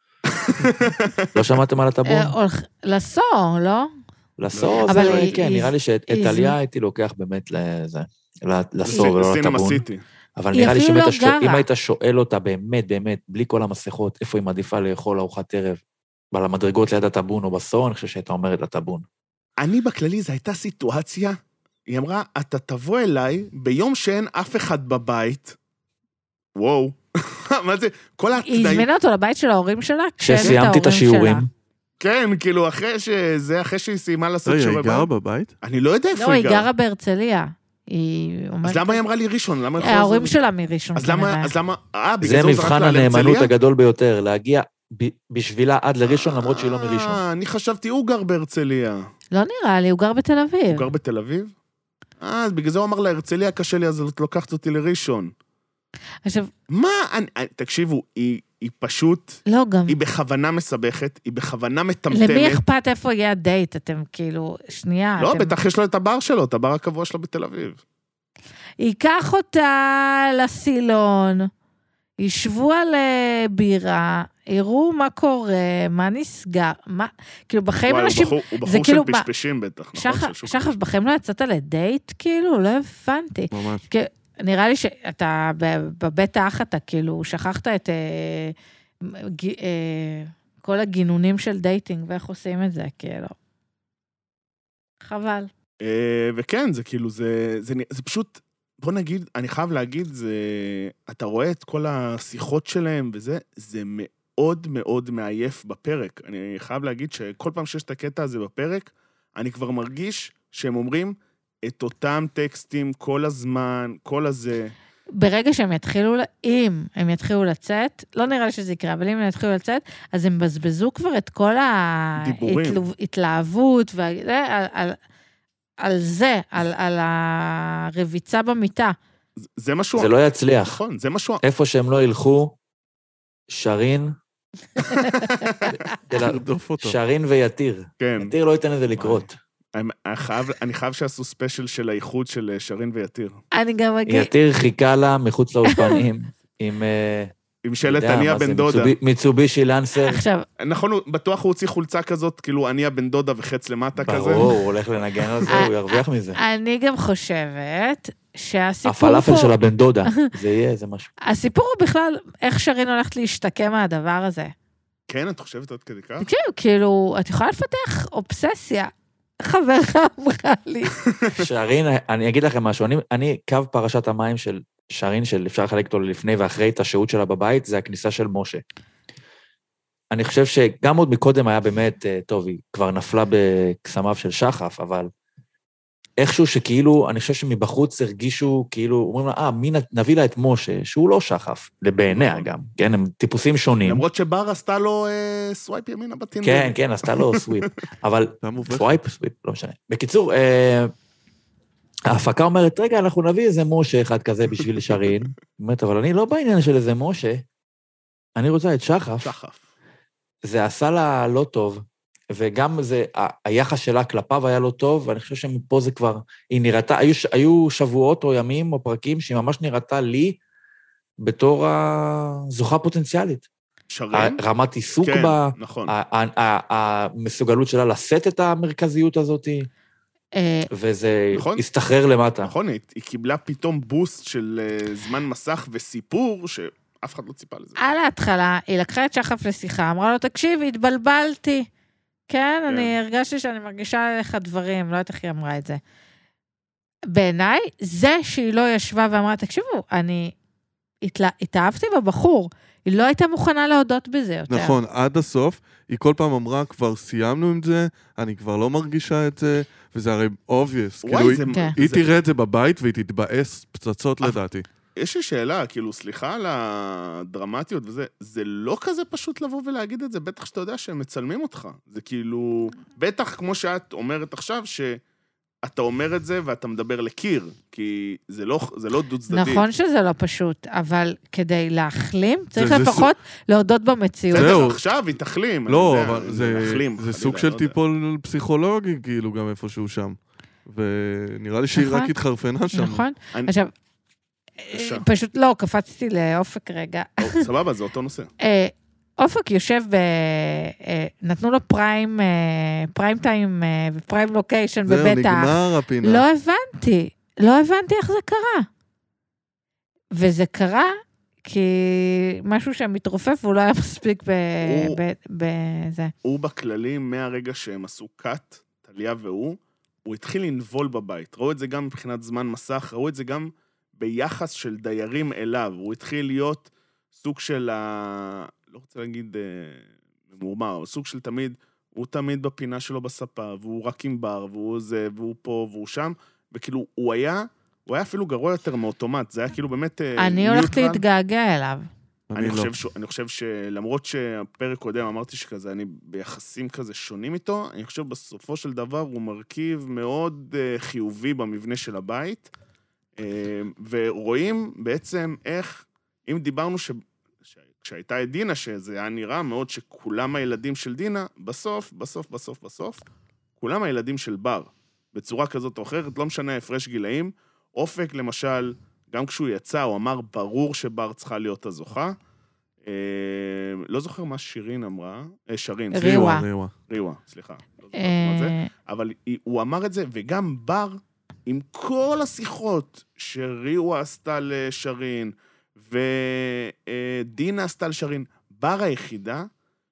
לא שמעתם על הטאבון? לסור, לא? לסור, זה, כן, נראה לי שאת עליה הייתי לוקח באמת לסור ולא לטאבון. אבל נראה לי שאם היית שואל אותה באמת, באמת, בלי כל המסכות, איפה היא מעדיפה לאכול ארוחת ערב, על המדרגות ליד הטאבון או בסור, אני חושב שהייתה אומרת לטאבון. אני בכללי, זו הייתה סיטואציה, היא אמרה, אתה תבוא אליי ביום שאין אף אחד בבית, וואו, מה זה, כל התנאים... היא הזמינה אותו לבית של ההורים שלה? שסיימתי את השיעורים. כן, כאילו, אחרי שזה, אחרי שהיא סיימה לעשות שיעורי בית. היא גרה בבית? אני לא יודע איפה היא היא גרה. לא, היא גרה בהרצליה. אז למה היא אמרה לי ראשון? ההורים שלה מראשון. אז למה, אז למה, אה, זה מבחן הנאמנות הגדול ביותר, להגיע בשבילה עד לראשון, למרות שהיא לא מראשון. אה, אני חשבתי, הוא גר בהרצליה. לא נראה לי, הוא גר בתל אביב. הוא גר בתל אביב? אה, אז בגלל זה הוא אמר לה, הרצליה קשה לי, אז את לוקחת אותי לראשון. עכשיו... מה, תקשיבו, היא... היא פשוט, לא גם. היא בכוונה מסבכת, היא בכוונה מטמטמת. למי אכפת איפה יהיה הדייט? אתם כאילו, שנייה. לא, אתם... בטח יש לו את הבר שלו, את הבר הקבוע שלו בתל אביב. ייקח אותה לסילון, ישבו על בירה, יראו מה קורה, מה נסגר, מה, כאילו בחיים אנשים... הוא בחור של פשפשים בטח, נכון? שחף, בחיים לא יצאת לדייט? כאילו, לא הבנתי. ממש. נראה לי שאתה בבית האח אתה כאילו שכחת את אה, אה, כל הגינונים של דייטינג, ואיך עושים את זה, כאילו. חבל. אה, וכן, זה כאילו, זה, זה, זה פשוט, בוא נגיד, אני חייב להגיד, זה, אתה רואה את כל השיחות שלהם, וזה, זה מאוד מאוד מעייף בפרק. אני חייב להגיד שכל פעם שיש את הקטע הזה בפרק, אני כבר מרגיש שהם אומרים, את אותם טקסטים כל הזמן, כל הזה. ברגע שהם יתחילו, אם הם יתחילו לצאת, לא נראה לי שזה יקרה, אבל אם הם יתחילו לצאת, אז הם בזבזו כבר את כל ההתלהבות, על, על, על זה, על, על הרביצה במיטה. זה משהו... זה לא יצליח. נכון, זה משהו... איפה שהם לא ילכו, שרין, שרין ויתיר. כן. יתיר לא ייתן לזה לקרות. אני חייב, אני חייב שעשו ספיישל של האיחוד של שרין ויתיר. אני גם אגיד... יתיר חיכה לה מחוץ לאולפנים, עם... עם שלט עניה בן דודה. מיצובישי לנסר. עכשיו... נכון, בטוח הוא הוציא חולצה כזאת, כאילו עניה בן דודה וחץ למטה כזה. ברור, הוא הולך לנגן על זה, הוא ירוויח מזה. אני גם חושבת שהסיפור פה... הפלאפל של הבן דודה, זה יהיה, זה משהו. הסיפור הוא בכלל, איך שרין הולכת להשתקם מהדבר הזה. כן, את חושבת עוד כדי כך? תקשיב, כאילו, את יכולה לפתח אובססיה. חברך אמרה לי. שרין, אני אגיד לכם משהו, אני, אני קו פרשת המים של שרין, של אפשר לחלק אותו לפני ואחרי את השהות שלה בבית, זה הכניסה של משה. אני חושב שגם עוד מקודם היה באמת, טוב, היא כבר נפלה בקסמיו של שחף, אבל איכשהו שכאילו, אני חושב שמבחוץ הרגישו, כאילו, אומרים לה, אה, מי נביא לה את משה, שהוא לא שחף, לבעיניה גם, כן, הם טיפוסים שונים. למרות שבר עשתה לו אה, סווייפ ימינה בטינדר. כן, כן, עשתה לו סווייפ, אבל סווייפ, סווייפ, לא משנה. בקיצור, אה, ההפקה אומרת, רגע, אנחנו נביא איזה משה אחד כזה בשביל שרין, אומרת, אבל אני לא בעניין של איזה משה, אני רוצה את שחף. שחף. זה עשה לה לא טוב, וגם זה, היחס שלה כלפיו היה לא טוב, ואני חושב שמפה זה כבר, היא נראתה, היו, היו שבועות או ימים או פרקים, שהיא ממש נראתה לי, בתור הזוכה פוטנציאלית. שרין? רמת עיסוק כן, בה, נכון. המסוגלות שלה לשאת את המרכזיות הזאת. אה, וזה נכון. הסתחרר למטה. נכון, היא, היא קיבלה פתאום בוסט של uh, זמן מסך וסיפור שאף אחד לא ציפה לזה. על ההתחלה, היא לקחה את שחף לשיחה, אמרה לו, תקשיב, התבלבלתי. כן, אני הרגשתי שאני מרגישה עליך דברים, לא יודעת איך היא אמרה את זה. בעיניי, זה שהיא לא ישבה ואמרה, תקשיבו, אני התלה... התאהבתי בבחור, היא לא הייתה מוכנה להודות בזה יותר. נכון, עד הסוף, היא כל פעם אמרה, כבר סיימנו עם זה, אני כבר לא מרגישה את זה, וזה הרי obvious. וואי, כאילו, זה... כן. היא זה... תראה את זה בבית והיא תתבאס פצצות לדעתי. יש לי שאלה, כאילו, סליחה על הדרמטיות וזה, זה לא כזה פשוט לבוא ולהגיד את זה, בטח שאתה יודע שהם מצלמים אותך. זה כאילו, בטח כמו שאת אומרת עכשיו, שאתה אומר את זה ואתה מדבר לקיר, כי זה לא, זה לא דו צדדי. נכון שזה לא פשוט, אבל כדי להחלים, צריך זה- זה לפחות להודות במציאות. זהו. בסדר, עכשיו היא תחלים. לא, אני יודע, אבל זה, להחלים, זה חלילה, סוג לא של יודע. טיפול פסיכולוגי, כאילו, גם איפשהו שם. ונראה לי שהיא נכון. רק התחרפנה שם. נכון? אני- עכשיו, בבקשה. פשוט לא, קפצתי לאופק רגע. או, סבבה, זה אותו נושא. אה, אופק יושב ב... אה, נתנו לו פריים, אה, פריים טיים אה, ופריים לוקיישן זהו, בבטח. נגמר הפינה. לא הבנתי, לא הבנתי איך זה קרה. וזה קרה כי משהו שם מתרופף והוא לא היה מספיק ב... הוא- ב... בזה. הוא בכללים, מהרגע שהם עשו קאט, טליה והוא, הוא התחיל לנבול בבית. ראו את זה גם מבחינת זמן מסך, ראו את זה גם ביחס של דיירים אליו. הוא התחיל להיות סוג של ה... לא רוצה להגיד אה, ממורמר, אבל סוג של תמיד, הוא תמיד בפינה שלו בספה, והוא רק עם בר, והוא זה, והוא פה, והוא שם, וכאילו, הוא היה, הוא היה אפילו גרוע יותר מאוטומט, זה היה כאילו באמת אה, אני הולכת ניוטרל. להתגעגע אליו. אני לא. חושב, ש... אני חושב שלמרות שהפרק קודם אמרתי שכזה, אני ביחסים כזה שונים איתו, אני חושב בסופו של דבר הוא מרכיב מאוד uh, חיובי במבנה של הבית, uh, ורואים בעצם איך, אם דיברנו ש... ש... כשהייתה את דינה, שזה היה נראה מאוד שכולם הילדים של דינה, בסוף, בסוף, בסוף, בסוף, כולם הילדים של בר, בצורה כזאת או אחרת, לא משנה הפרש גילאים, אופק למשל, גם כשהוא יצא, הוא אמר, ברור שבר צריכה להיות הזוכה. אה, לא זוכר מה שירין אמרה, אה, שרין, סליחה. ריווה. ריווה. ריווה, סליחה. לא זוכר מה זה. אה, אבל היא- הוא אמר את זה, וגם בר, עם כל השיחות שריווה עשתה לשרין, ודינה עשתה לשרין, בר היחידה,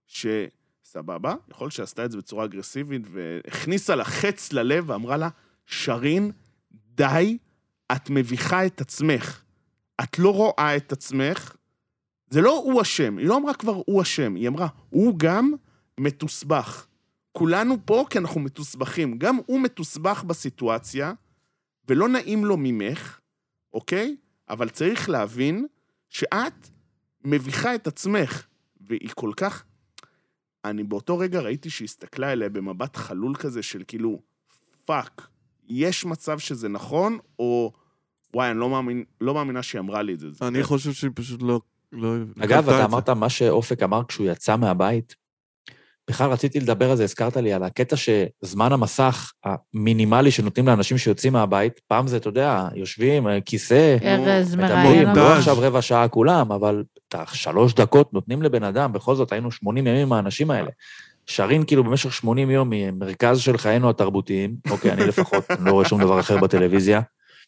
שסבבה, יכול להיות שעשתה את זה בצורה אגרסיבית, והכניסה לה חץ ללב, ואמרה לה, שרין, די, את מביכה את עצמך. את לא רואה את עצמך. זה לא הוא אשם. היא לא אמרה כבר הוא אשם. היא אמרה, הוא גם מתוסבך. כולנו פה כי אנחנו מתוסבכים. גם הוא מתוסבך בסיטואציה, ולא נעים לו ממך, אוקיי? אבל צריך להבין שאת מביכה את עצמך. והיא כל כך... אני באותו רגע ראיתי שהיא הסתכלה אליה במבט חלול כזה של כאילו, פאק. יש מצב שזה נכון, או וואי, אני לא, מאמין, לא מאמינה שהיא אמרה לי את זה. אני חושב שהיא פשוט לא... לא אגב, קלטה אתה את זה. אמרת מה שאופק אמר כשהוא יצא מהבית. בכלל רציתי לדבר על זה, הזכרת לי על הקטע שזמן המסך המינימלי שנותנים לאנשים שיוצאים מהבית, פעם זה, אתה יודע, יושבים, כיסא, ארז מדברים, מראיין דש. לא אותו. עכשיו רבע שעה כולם, אבל תח, שלוש דקות נותנים לבן אדם, בכל זאת היינו שמונים ימים עם האנשים האלה. שרין כאילו במשך שמונים יום ממרכז של חיינו התרבותיים, אוקיי, אני לפחות, אני לא רואה שום דבר אחר בטלוויזיה,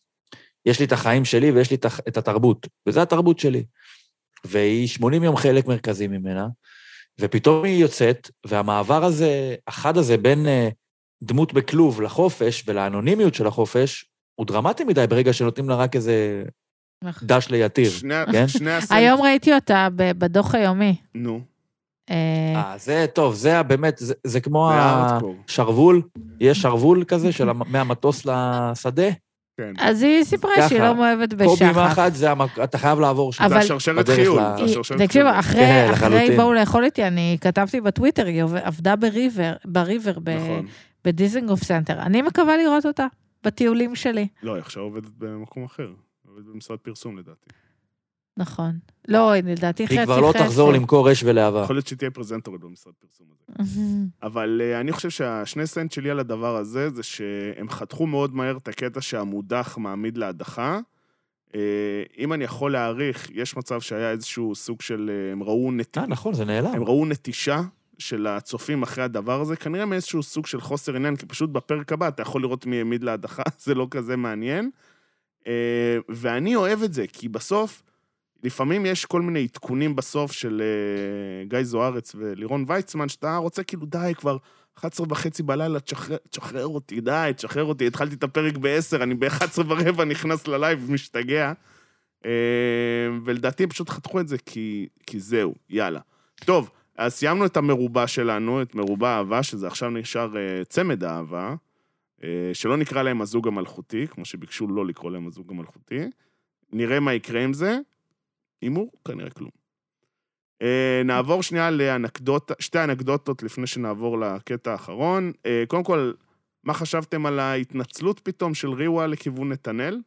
יש לי את החיים שלי ויש לי את התרבות, וזה התרבות שלי. והיא שמונים יום חלק מרכזי ממנה, ופתאום היא יוצאת, והמעבר הזה, אחד הזה בין דמות בכלוב לחופש ולאנונימיות של החופש, הוא דרמטי מדי ברגע שנותנים לה רק איזה דש ליתיר. שני, כן? שני הסנט... היום ראיתי אותה ב- בדוח היומי. נו, אה, אה, זה טוב, זה באמת, זה, זה כמו זה הארדקור. השרוול, יש שרוול כזה של המ- מהמטוס לשדה, כן. אז היא סיפרה ככה, שהיא לא מאוהבת קובי בשחף. מחט, זה המק... אתה חייב לעבור שם. אבל- זה השרשרת בדרך חיול. ל- זה היא- השרשרת תקשיב, חיול. אחרי כן, אחרי לחלוטין. באו לאכול איתי, אני כתבתי בטוויטר, היא עובד- עבדה בריבר, בריבר, ב- נכון. בדיזינגוף סנטר. אני מקווה לראות אותה בטיולים שלי. לא, היא עכשיו עובדת במקום אחר. עובדת במשרד פרסום, לדעתי. נכון. לא, לדעתי חצי היא חצי. כבר לא תחזור למכור אש ולהבה. יכול להיות שהיא תהיה פרזנטורית במשרד פרסום הזה. אבל uh, אני חושב שהשני סנט שלי על הדבר הזה, זה שהם חתכו מאוד מהר את הקטע שהמודח מעמיד להדחה. Uh, אם אני יכול להעריך, יש מצב שהיה איזשהו סוג של, uh, הם ראו, נת... אה, נכון, זה נעלם. הם ראו נטישה של הצופים אחרי הדבר הזה, כנראה מאיזשהו סוג של חוסר עניין, כי פשוט בפרק הבא אתה יכול לראות מי העמיד להדחה, זה לא כזה מעניין. ואני אוהב את זה, כי בסוף, לפעמים יש כל מיני עדכונים בסוף של גיא זוארץ ולירון ויצמן, שאתה רוצה כאילו די כבר אחת עשרה וחצי בלילה, תשחרר, תשחרר אותי, די, תשחרר אותי, התחלתי את הפרק ב-עשר, אני ב-אחת עשרה ורבע נכנס ללייב ומשתגע, ולדעתי פשוט חתכו את זה, כי, כי זהו, יאללה. טוב, אז סיימנו את המרובע שלנו, את מרובע האהבה, שזה עכשיו נשאר צמד האהבה, שלא נקרא להם הזוג המלכותי, כמו שביקשו לא לקרוא להם הזוג המלכותי, נראה מה יקרה עם זה, אימור, כנראה כלום. נעבור שנייה לאנקדוטה, שתי אנקדוטות לפני שנעבור לקטע האחרון. קודם כל, מה חשבתם על ההתנצלות פתאום של ריווה לכיוון נתנאל?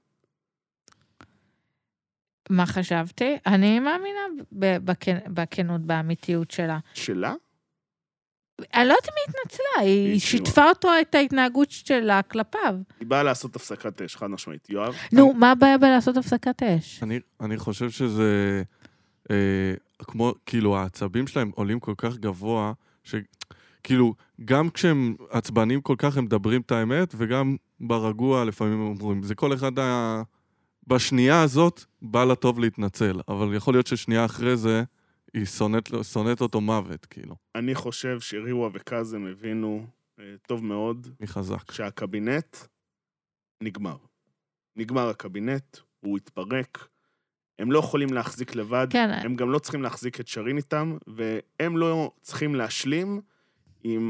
מה חשבתי? אני מאמינה בכנות, באמיתיות שלה. שלה? אני לא יודעת אם היא התנצלה, היא שיתפה אותו את ההתנהגות שלה כלפיו. היא באה לעשות הפסקת אש, חד משמעית. יואב? נו, מה הבעיה בלעשות הפסקת אש? אני חושב שזה, כמו, כאילו, העצבים שלהם עולים כל כך גבוה, שכאילו, גם כשהם עצבנים כל כך, הם מדברים את האמת, וגם ברגוע לפעמים אומרים, זה כל אחד ה... בשנייה הזאת בא לה טוב להתנצל, אבל יכול להיות ששנייה אחרי זה, היא שונאת, שונאת אותו מוות, כאילו. אני חושב שריווה וקאזם הבינו טוב מאוד, מחזק. שהקבינט נגמר. נגמר הקבינט, הוא התפרק, הם לא יכולים להחזיק לבד, כן. הם גם לא צריכים להחזיק את שרין איתם, והם לא צריכים להשלים עם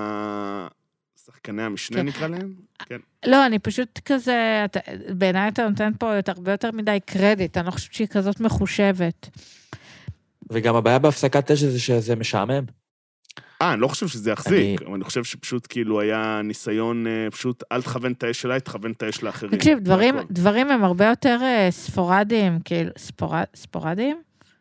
השחקני המשנה, כן. נקרא להם. כן. לא, אני פשוט כזה, בעיניי אתה נותן פה הרבה יותר מדי קרדיט, אני לא חושבת שהיא כזאת מחושבת. וגם הבעיה בהפסקת אש זה שזה משעמם. אה, אני לא חושב שזה יחזיק, אבל אני חושב שפשוט כאילו היה ניסיון, פשוט אל תכוון את האש שלה, תכוון את האש לאחרים. תקשיב, דברים, דברים הם הרבה יותר ספורדיים, כאילו, ספורדיים?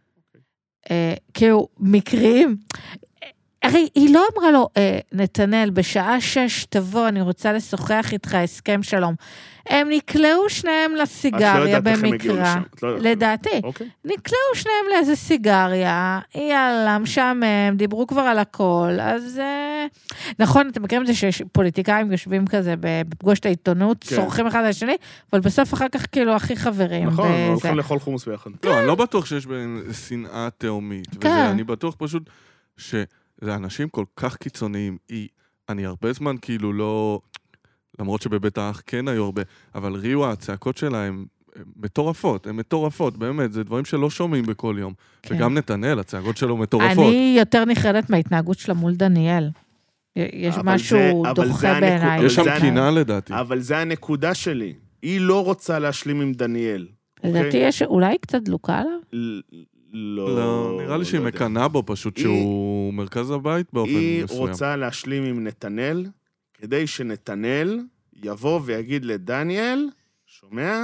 כאילו, מקריים. הרי היא לא אמרה לו, נתנאל, בשעה שש תבוא, אני רוצה לשוחח איתך הסכם שלום. הם נקלעו שניהם לסיגריה במקרא, לדעתי. נקלעו שניהם לאיזה סיגריה, יאללה, משעמם, דיברו כבר על הכל, אז נכון, אתם מכירים את זה שפוליטיקאים יושבים כזה בפגוש את העיתונות, צורכים אחד על השני, אבל בסוף אחר כך כאילו הכי חברים. נכון, הולכים לאכול חומוס ביחד. לא, אני לא בטוח שיש בין שנאה תאומית, ואני בטוח פשוט ש... זה אנשים כל כך קיצוניים, היא, אני הרבה זמן כאילו לא, למרות שבבית האח כן היו הרבה, אבל ריווה, הצעקות שלה הן מטורפות, הן מטורפות, באמת, זה דברים שלא שומעים בכל יום. כן. וגם נתנאל, הצעקות שלו מטורפות. אני יותר נחרדת מההתנהגות שלה מול דניאל. יש משהו זה, דוחה בעיניי. יש שם קינה לדעתי. אבל זה הנקודה שלי. היא לא רוצה להשלים עם דניאל. לדעתי אוקיי? יש אולי קצת דלוקה עליו? ל... לא, לא, נראה לי שהיא לא מקנה בו פשוט היא, שהוא מרכז הבית באופן היא מסוים. היא רוצה להשלים עם נתנאל, כדי שנתנאל יבוא ויגיד לדניאל, שומע?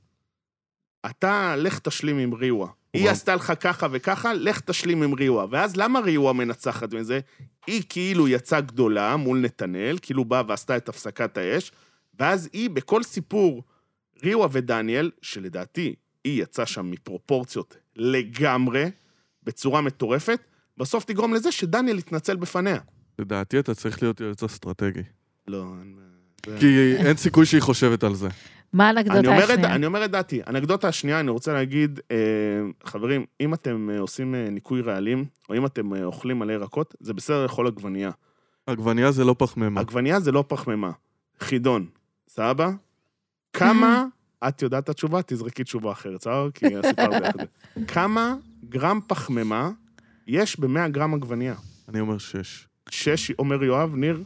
אתה לך תשלים עם ריווה. היא עשתה לך ככה וככה, לך תשלים עם ריווה. ואז למה ריווה מנצחת מזה? היא כאילו יצאה גדולה מול נתנאל, כאילו באה ועשתה את הפסקת האש, ואז היא בכל סיפור, ריווה ודניאל, שלדעתי היא יצאה שם מפרופורציות לגמרי, בצורה מטורפת, בסוף תגרום לזה שדניאל יתנצל בפניה. לדעתי אתה צריך להיות יועץ אסטרטגי. לא, כי אין סיכוי שהיא חושבת על זה. מה האנקדוטה השנייה? אני אומר את דעתי. האנקדוטה השנייה, אני רוצה להגיד, חברים, אם אתם עושים ניקוי רעלים, או אם אתם אוכלים מלא ירקות, זה בסדר לאכול עגבנייה. עגבנייה זה לא פחמימה. עגבנייה זה לא פחמימה. חידון. סבא? כמה... את יודעת את התשובה, תזרקי תשובה אחרת, צער, כי הסיפר ביחד. כמה גרם פחמימה יש ב-מאה גרם עגבנייה? אני אומר שש. שש, אומר יואב, ניר?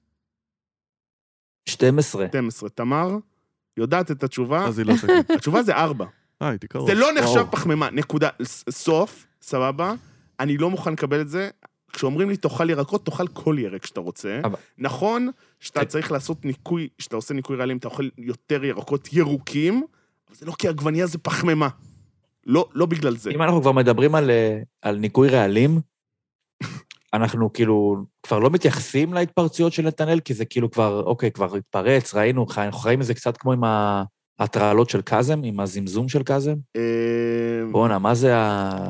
שתים עשרה. שתים עשרה. תמר, יודעת את התשובה? אז היא לא תגיד. התשובה זה ארבע. אה, הייתי קרוב. זה לא נחשב פחמימה, נקודה. סוף, סבבה, אני לא מוכן לקבל את זה. כשאומרים לי, תאכל ירקות, תאכל כל ירק שאתה רוצה. נכון שאתה צריך לעשות ניקוי, שאתה עושה ניקוי רעלים, אתה אוכל יותר ירקות ירוקים, אבל זה לא כי עגבנייה זה פחמימה. לא, לא בגלל זה. אם אנחנו כבר מדברים על, על ניקוי רעלים, אנחנו כאילו כבר לא מתייחסים להתפרצויות של נתנאל, כי זה כאילו כבר, אוקיי, כבר התפרץ, ראינו, אנחנו חיים את זה קצת כמו עם ההטרלות של קאזם, עם הזמזום של קאזם. בוא'נה, מה זה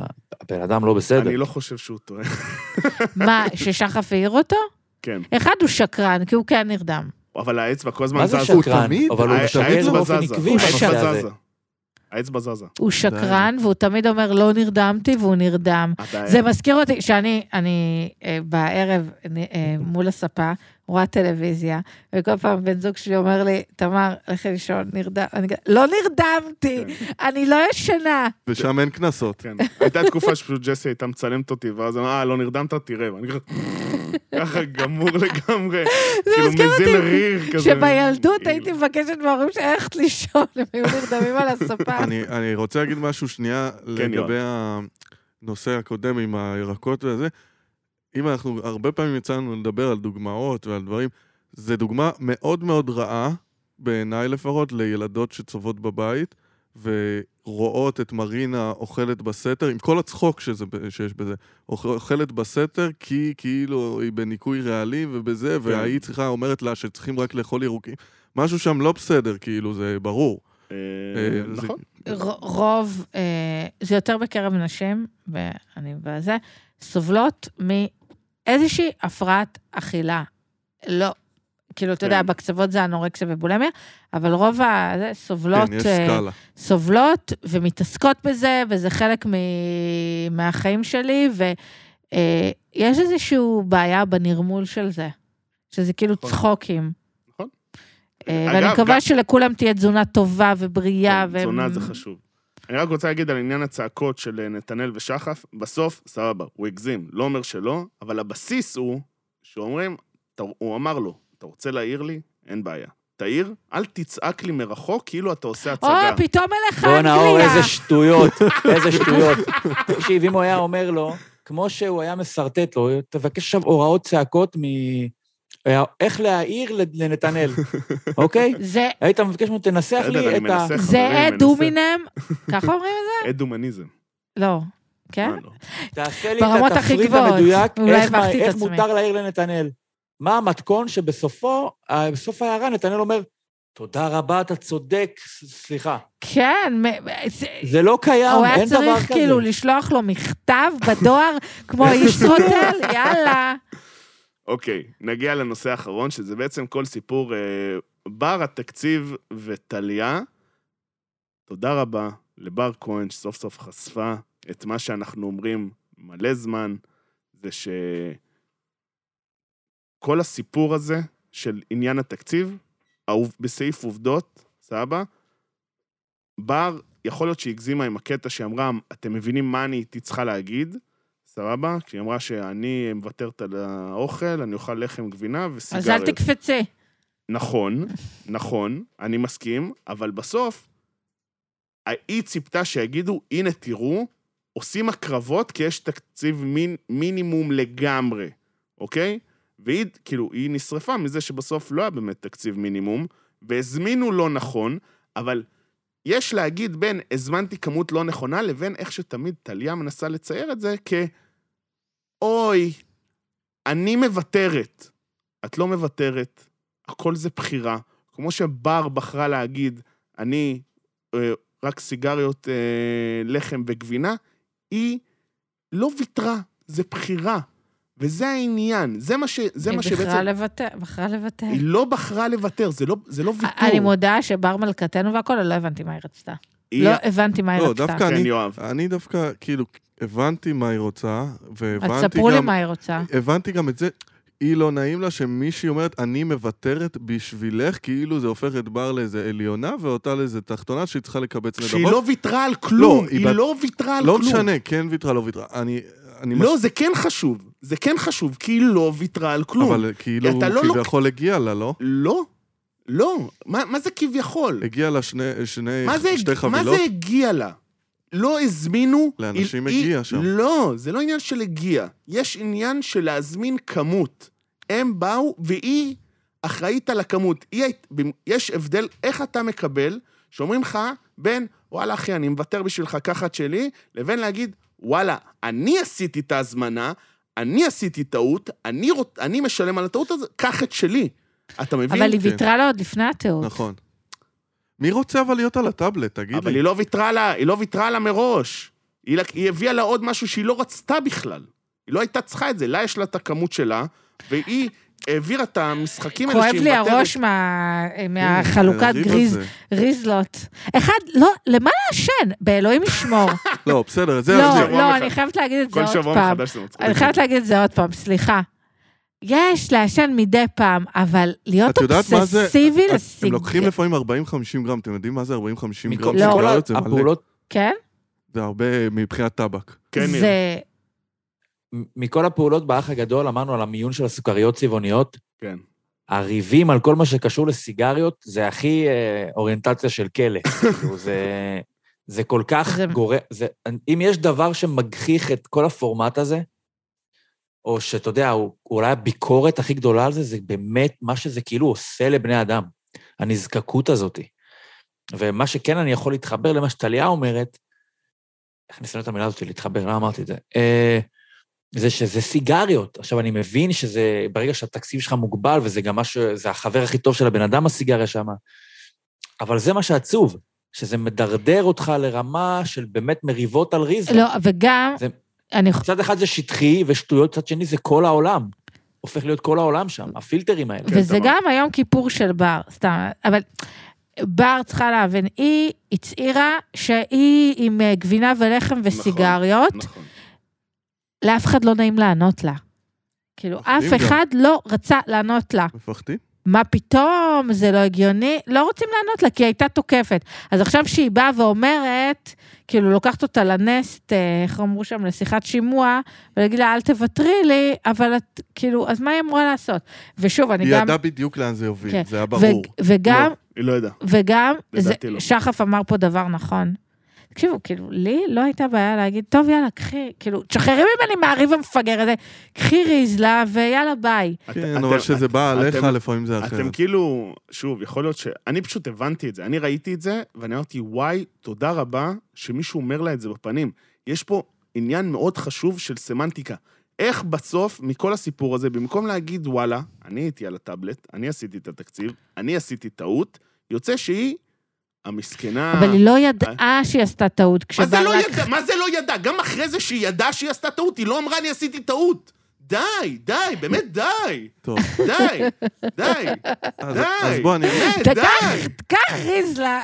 הבן אדם לא בסדר. אני לא חושב שהוא טועה. מה, ששחף העיר אותו? כן. אחד הוא שקרן, כי הוא כן נרדם. אבל האצבע כל הזמן מה זה זזה. שקרן? תמיד? אבל הוא משקר האצבע באופן זזה. עקבי האצבע בנושא הזה. זזה. האצבע זזה. הוא שקרן, והוא תמיד אומר, לא נרדמתי, והוא נרדם. הבעיה- זה מזכיר אותי, שאני אני, אה, בערב אה, מול הספה, רואה טלוויזיה, וכל פעם בן זוג שלי אומר לי, תמר, לכי לישון, נרדם, אני, לא נרדמתי, אני לא ישנה. ושם אין כנסות. כן. הייתה תקופה שפשוט ג'סי הייתה מצלמת אותי, ואז אמרה, אה, לא נרדמת, תראה. ואני ככה, ככה גמור לגמרי. כאילו מזכיר מזין אותי ריר כזה. שבילדות הייתי מבקשת מההורים שהלכת לישון, הם היו נרדמים על הספה. אני, אני רוצה להגיד משהו שנייה לגבי הנושא הקודם עם הירקות וזה. אם אנחנו הרבה פעמים יצאנו לדבר על דוגמאות ועל דברים, זה דוגמה מאוד מאוד רעה, בעיניי לפחות, לילדות שצוות בבית, ורואות את מרינה אוכלת בסתר, עם כל הצחוק שזה, שיש בזה, אוכלת בסתר, כי כאילו היא בניקוי ריאלי ובזה, והיא צריכה, אומרת לה שצריכים רק לאכול ירוקים. משהו שם לא בסדר, כאילו, זה ברור. נכון. רוב, זה יותר בקרב נשים, ואני בזה, סובלות מאיזושהי הפרעת אכילה. לא, כאילו, אתה יודע, בקצוות זה אנורקסיה ובולמיה, אבל רוב הזה סובלות, סובלות ומתעסקות בזה, וזה חלק מהחיים שלי, ויש איזושהי בעיה בנרמול של זה, שזה כאילו צחוקים. נכון. ואני מקווה שלכולם תהיה תזונה טובה ובריאה. תזונה זה חשוב. אני רק רוצה להגיד על עניין הצעקות של נתנאל ושחף, בסוף, סבבה, הוא הגזים, לא אומר שלא, אבל הבסיס הוא, שאומרים, הוא אמר לו, אתה רוצה להעיר לי? אין בעיה. תעיר, אל תצעק לי מרחוק, כאילו אתה עושה הצגה. או, פתאום מלך אנגליה. בוא נאור, איזה שטויות, איזה שטויות. תקשיב, אם הוא היה אומר לו, כמו שהוא היה מסרטט לו, תבקש עכשיו הוראות צעקות מ... איך להעיר לנתנאל, אוקיי? זה... היית מבקש ממנו, תנסח לי את ה... זה אדומינם, ככה אומרים את זה? אדומניזם. לא, כן? תעשה לי את התפריט המדויק, איך מותר להעיר לנתנאל. מה המתכון שבסופו, בסוף ההערה נתנאל אומר, תודה רבה, אתה צודק, סליחה. כן. זה לא קיים, אין דבר כזה. הוא היה צריך כאילו לשלוח לו מכתב בדואר, כמו איש רוטל, יאללה. אוקיי, נגיע לנושא האחרון, שזה בעצם כל סיפור בר התקציב וטליה. תודה רבה לבר כהן, שסוף סוף חשפה את מה שאנחנו אומרים מלא זמן, זה ש... כל הסיפור הזה של עניין התקציב, בסעיף עובדות, סבא, בר, יכול להיות שהגזימה עם הקטע שאמרה, אתם מבינים מה אני הייתי צריכה להגיד, סבבה? כשהיא אמרה שאני מוותרת על האוכל, אני אוכל לחם גבינה וסיגריות. אז אל תקפצי. נכון, נכון, אני מסכים, אבל בסוף, היא ציפתה שיגידו, הנה תראו, עושים הקרבות כי יש תקציב מיני, מינימום לגמרי, אוקיי? והיא, כאילו, היא נשרפה מזה שבסוף לא היה באמת תקציב מינימום, והזמינו לא נכון, אבל יש להגיד בין הזמנתי כמות לא נכונה, לבין איך שתמיד טליה מנסה לצייר את זה, כ... אוי, אני מוותרת. את לא מוותרת, הכל זה בחירה. כמו שבר בחרה להגיד, אני אה, רק סיגריות אה, לחם וגבינה, היא לא ויתרה, זה בחירה. וזה העניין, זה מה ש... זה מה שבעצם... היא בחרה לוותר, בחרה לוותר. היא לא בחרה לוותר, זה לא, זה לא ויתור. אני מודה שבר מלכתנו והכל, לא הבנתי מה היא רצתה. לא הבנתי מה היא רצתה. לא, דווקא אני, אני דווקא, כאילו, הבנתי מה היא רוצה, והבנתי גם... אז ספרו לי מה היא רוצה. הבנתי גם את זה, היא לא נעים לה שמישהי אומרת, אני מוותרת בשבילך, כאילו זה הופך את בר לאיזה עליונה, ואותה לאיזה תחתונה שהיא צריכה לקבץ נדבות. שהיא לא ויתרה על כלום, היא לא ויתרה על כלום. לא משנה, כן ויתרה, לא ויתרה. אני... לא, זה כן חשוב, זה כן חשוב, כי היא לא ויתרה על כלום. אבל כאילו כביכול הגיע לה, לא? לא, לא, מה זה כביכול? הגיע לה שתי חבילות? מה זה הגיע לה? לא הזמינו... לאנשים הגיע שם. לא, זה לא עניין של הגיע, יש עניין של להזמין כמות. הם באו, והיא אחראית על הכמות. יש הבדל, איך אתה מקבל, שאומרים לך, בין, וואלה אחי, אני מוותר בשבילך כחת שלי, לבין להגיד, וואלה, אני עשיתי את ההזמנה, אני עשיתי טעות, אני, רוצ... אני משלם על הטעות הזאת, קח את שלי. אתה מבין? אבל היא ויתרה לה עוד לפני הטעות. נכון. מי רוצה אבל להיות על הטאבלט, תגיד לי. אבל היא לא ויתרה לה, היא לא ויתרה לה מראש. היא, היא הביאה לה עוד משהו שהיא לא רצתה בכלל. היא לא הייתה צריכה את זה, לה יש לה את הכמות שלה, והיא העבירה את המשחקים האלה שהיא מבטרת. כואב לי הראש מה, מהחלוקת גריז, ריזלות. אחד, לא, למה להשן? באלוהים ישמור. לא, בסדר, זה... לא, לא, אני חייבת להגיד את זה עוד פעם. אני חייבת להגיד את זה עוד פעם, סליחה. יש להשן מדי פעם, אבל להיות אובססיבי לסיגר. הם לוקחים לפעמים ארבעים חמישים גרם, אתם יודעים מה זה ארבעים חמישים גרם? לא, הפעולות... כן? זה הרבה מבחינת טבק. זה... מכל הפעולות באח הגדול, אמרנו על המיון של הסוכריות צבעוניות. כן. הריבים על כל מה שקשור לסיגריות, זה הכי אה, אוריינטציה של כלא. זה, זה כל כך זה... גורם... זה, אם יש דבר שמגחיך את כל הפורמט הזה, או שאתה יודע, הוא, אולי הביקורת הכי גדולה על זה, זה באמת מה שזה כאילו עושה לבני אדם. הנזקקות הזאת. ומה שכן אני יכול להתחבר למה שטליה אומרת, איך ניסינו את המילה הזאת להתחבר, לא אמרתי את זה, אה, זה שזה סיגריות. עכשיו, אני מבין שזה, ברגע שהתקציב שלך מוגבל, וזה גם משהו, זה החבר הכי טוב של הבן אדם הסיגריה שם, אבל זה מה שעצוב, שזה מדרדר אותך לרמה של באמת מריבות על ריז. לא, וגם... זה, אני... צד אחד זה שטחי, ושטויות, צד שני זה כל העולם. הופך להיות כל העולם שם, הפילטרים האלה. וזה גם היום כיפור של בר, סתם, אבל... בר צריכה להבין, היא הצעירה שהיא עם גבינה ולחם וסיגריות, נכון, נכון. לאף אחד לא נעים לענות לה. כאילו, אף אחד לא רצה לענות לה. מפחדים? מה פתאום, זה לא הגיוני, לא רוצים לענות לה, כי היא הייתה תוקפת. אז עכשיו שהיא באה ואומרת, כאילו, לוקחת אותה לנסט, איך אמרו שם, לשיחת שימוע, ולהגיד לה, אל תוותרי לי, אבל את, כאילו, אז מה היא אמורה לעשות? ושוב, אני היא גם... היא ידעה בדיוק לאן זה יוביל, זה היה ברור. וגם... לא, היא לא ידעה. וגם, שחף אמר פה דבר נכון. תקשיבו, כאילו, לי לא הייתה בעיה להגיד, טוב, יאללה, קחי, כאילו, תשחררי ממני מעריב המפגר הזה, קחי ריזלה, ויאללה, ביי. כן, אבל שזה בא עליך, לפעמים זה אחרת. אתם כאילו, שוב, יכול להיות שאני פשוט הבנתי את זה, אני ראיתי את זה, ואני אמרתי, וואי, תודה רבה, שמישהו אומר לה את זה בפנים. יש פה עניין מאוד חשוב של סמנטיקה. איך בסוף, מכל הסיפור הזה, במקום להגיד, וואלה, אני הייתי על הטאבלט, אני עשיתי את התקציב, אני עשיתי טעות, יוצא שהיא המסכנה... אבל היא לא ידעה שהיא עשתה טעות. מה זה לא ידעה? מה זה לא ידעה? גם אחרי זה שהיא ידעה שהיא עשתה טעות, היא לא אמרה אני עשיתי טעות. די, די, באמת די. טוב. די, די, די. אז בוא, אני... די. קח ריזלה.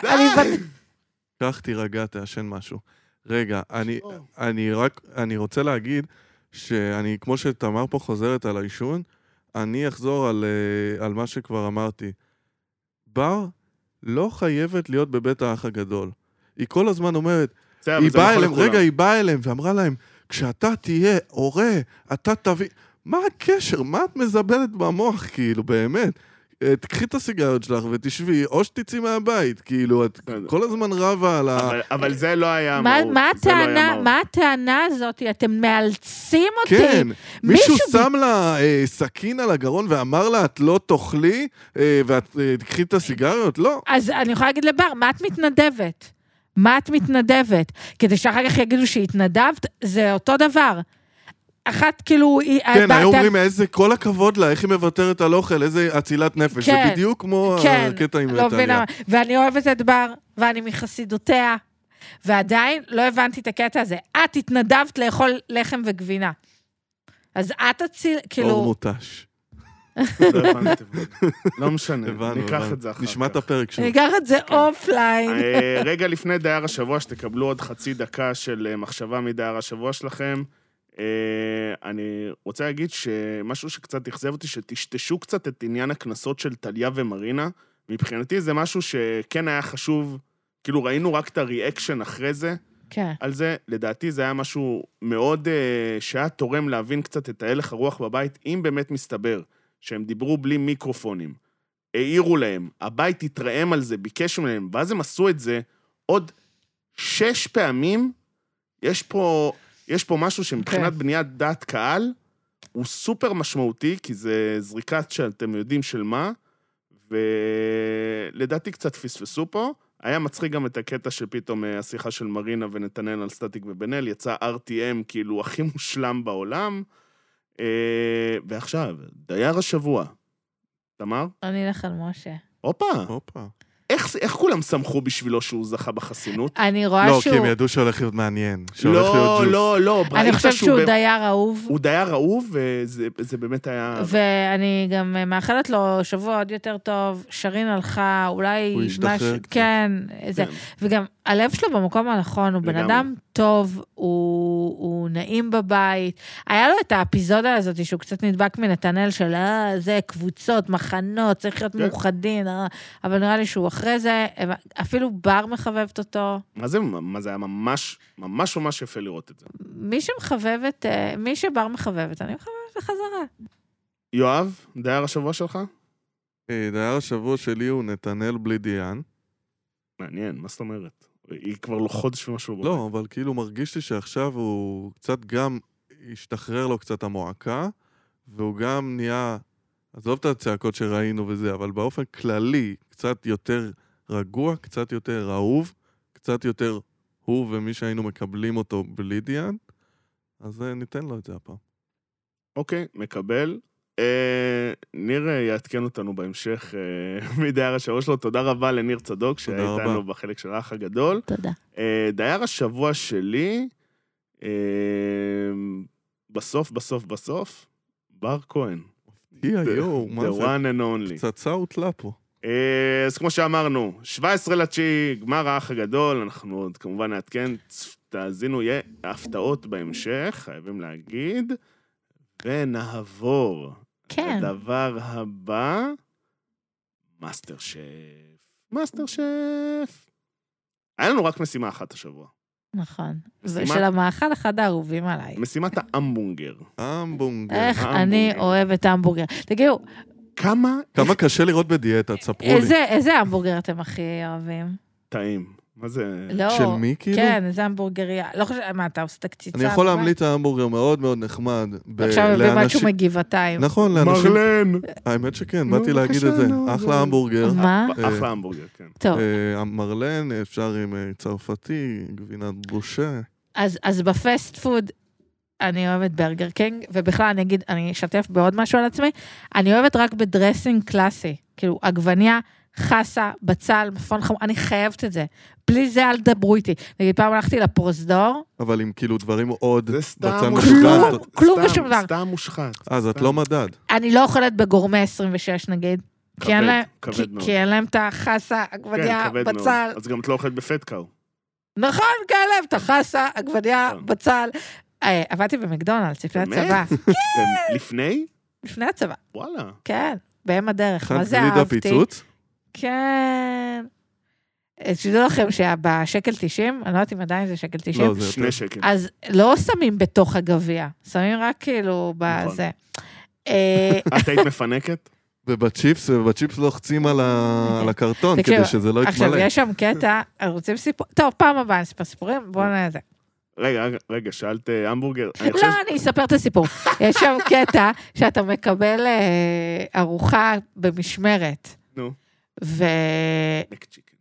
קח תירגע, תעשן משהו. רגע, אני רק, אני רוצה להגיד שאני, כמו שתמר פה חוזרת על האישון, אני אחזור על מה שכבר אמרתי. בר... לא חייבת להיות בבית האח הגדול. היא כל הזמן אומרת, היא באה אליהם, רגע, היא באה אליהם, ואמרה להם, כשאתה תהיה הורה, אתה תביא... מה הקשר? מה את מזבלת במוח, כאילו, באמת? תקחי את הסיגריות שלך ותשבי, או שתצאי מהבית, כאילו, את כל הזמן רבה על ה... אבל זה לא היה מהות. מה הטענה הזאת? אתם מאלצים אותי. כן, מישהו שם לה סכין על הגרון ואמר לה, את לא תאכלי, ואת תקחי את הסיגריות? לא. אז אני יכולה להגיד לבר, מה את מתנדבת? מה את מתנדבת? כדי שאחר כך יגידו שהתנדבת, זה אותו דבר. אחת כאילו... כן, היו אומרים איזה, כל הכבוד לה, איך היא מוותרת על אוכל, איזה הצילת נפש, זה בדיוק כמו הקטע עם טליה. ואני אוהבת את בר, ואני מחסידותיה, ועדיין לא הבנתי את הקטע הזה. את התנדבת לאכול לחם וגבינה. אז את הציל, כאילו... אור מוטש. לא הבנתי, לא משנה, ניקח את זה אחר כך. נשמע את הפרק שוב. ניקח את זה אופליין. רגע לפני דייר השבוע, שתקבלו עוד חצי דקה של מחשבה מדייר השבוע שלכם, אני רוצה להגיד שמשהו שקצת תחזב אותי, שתשתשו קצת את עניין הכנסות של טליה ומרינה, מבחינתי זה משהו שכן היה חשוב, כאילו ראינו רק את הריאקשן אחרי זה, כן. על זה, לדעתי זה היה משהו מאוד, שהיה תורם להבין קצת את ההלך הרוח בבית, אם באמת מסתבר שהם דיברו בלי מיקרופונים, העירו להם, הבית התרעם על זה, ביקש מהם, ואז הם עשו את זה עוד שש פעמים, יש פה... יש פה משהו שמבחינת בניית דעת קהל, הוא סופר משמעותי, כי זה זריקת שאתם יודעים של מה, ולדעתי קצת פספסו פה. היה מצחיק גם את הקטע שפתאום השיחה של מרינה ונתנאל על סטטיק ובנל, יצא אר טי אם כאילו הכי מושלם בעולם. ועכשיו, דייר השבוע. תמר? אני אלך על משה. הופה. הופה. איך, איך כולם שמחו בשבילו שהוא זכה בחסינות? אני רואה לא, שהוא... כי הם ידעו שהולך להיות מעניין. שהולך להיות לא, ג'וס. לא, לא. אני חושבת שהוא דייר אהוב. הוא דייר אהוב, וזה זה באמת היה... ואני גם מאחלת לו שבוע עוד יותר טוב, שרין הלכה, אולי... הוא ישתחרר קצת. כן, זה. כן. וגם הלב שלו במקום הנכון, הוא בן לגמרי. אדם טוב, הוא, הוא נעים בבית. היה לו את האפיזודה הזאת, שהוא קצת נדבק מנתנאל של, אה, זה, קבוצות, מחנות, צריך להיות כן. מאוחדים, אה, אבל נראה לי שהוא אחרי זה, אפילו בר מחבבת אותו. מה זה, מה זה היה ממש, ממש ממש יפה לראות את זה. מי שמחבבת, אה, מי שבר מחבבת, אני מחבבת בחזרה. יואב, דייר השבוע שלך? אה, דייר השבוע שלי הוא נתנאל בלי דיין. מעניין, מה זאת אומרת? היא כבר לא חודש ומשהו. בבית. לא, אבל כאילו מרגיש לי שעכשיו הוא קצת גם השתחרר לו קצת המועקה, והוא גם נהיה, עזוב את הצעקות שראינו וזה, אבל באופן כללי, קצת יותר רגוע, קצת יותר אהוב, קצת יותר הוא ומי שהיינו מקבלים אותו בלי דיין, אז ניתן לו את זה הפעם. אוקיי, מקבל. אה, ניר יעדכן אותנו בהמשך אה, מדייר השבוע שלו. תודה רבה לניר צדוק, שהיה איתנו בחלק של האח הגדול. תודה. אה, דייר השבוע שלי, אה, בסוף, בסוף, בסוף, בר כהן. היא היו, מה The זה? one and only. פצצה הוטלה פה. אה, אז כמו שאמרנו, שבע עשרה לתשיעי, גמר האח הגדול, אנחנו עוד כמובן נעדכן, תאזינו, יהיה הפתעות בהמשך, חייבים להגיד, ונעבור. כן. הדבר הבא, מאסטר שף. מאסטר שף. היה לנו רק משימה אחת השבוע. נכון. משימת- ושל המאכל אחד האהובים עליי. משימת האמבונגר. המבונגר. איך המבורגר. אני אוהבת המבורגר. תגידו, כמה כמה קשה לראות בדיאטה, תספרו לי. איזה איזה המבורגר אתם הכי אוהבים? טעים. מה זה? לא. של מי כאילו? כן, איזה המבורגריה. לא חושב, מה, אתה עושה את הקציצה? אני יכול בבית? להמליץ על המבורגר מאוד מאוד נחמד. ב- עכשיו הביא משהו לאנשים- מגבעתיים. נכון, לאנשים... מרלן. האמת שכן, נו, באתי להגיד את בבקשה, זה. נו, אחלה זה- המבורגר. מה? אה, אחלה המבורגר, כן. טוב, אה, מרלן, אפשר עם אה, צרפתי, גבינת בושה. אז אז בפסט פוד, אני אוהבת ברגר קינג, ובכלל אני אגיד, אני אשתף בעוד משהו על עצמי, אני אוהבת רק בדרסינג קלאסי, כאילו עגבניה, חסה, בצל, מפון חמור, אני חייבת את זה. בלי זה אל תדברו איתי. נגיד, פעם הלכתי לפרוזדור, אבל עם כאילו דברים עוד זה סתם בצד מושחת. משוגעת. כלום סתם- ושום דבר. סתם מושחת. אז את סתם. לא מדד. אני לא אוכלת בגורמה עשרים ושש נגיד, כי אין כבד, להם- כבד כי- מאוד. כי אין להם את החסה, כן, עגבניה, כבד מאוד. בצל. אז גם את לא אוכלת בפטקאו. נכון, כן, אין להם את החסה, עגבניה, כן. בצל. אה, עבדתי במקדונלדס לפני באמת? הצבא. לפני? לפני הצבא, וואלה. כן, באם הדרך. אחד מה זה גלידה אהבתי? פיצוץ? כן. תדעו לכם שבשקל תשעים, אני לא יודעת אם עדיין זה שקל תשעים, לא, זה יותר. שני שקל. אז לא שמים בתוך הגביע, שמים רק כאילו בזה. אה, את היית מפנקת? ובצ'יפס, ובצ'יפס לוחצים על ה- על הקרטון, תקשיב, כדי שזה לא עכשיו, יתמלא. יש שם קטע, רוצים סיפור, טוב, פעם הבאה אני אספר סיפורים, בואו נעשה. רגע, רגע, רגע, שאלת אה, המבורגר. אני לא, חושב... אני אספר את הסיפור. יש שם קטע שאתה מקבל אה, ארוחה במשמרת, נו. ו... מקצ'יקן.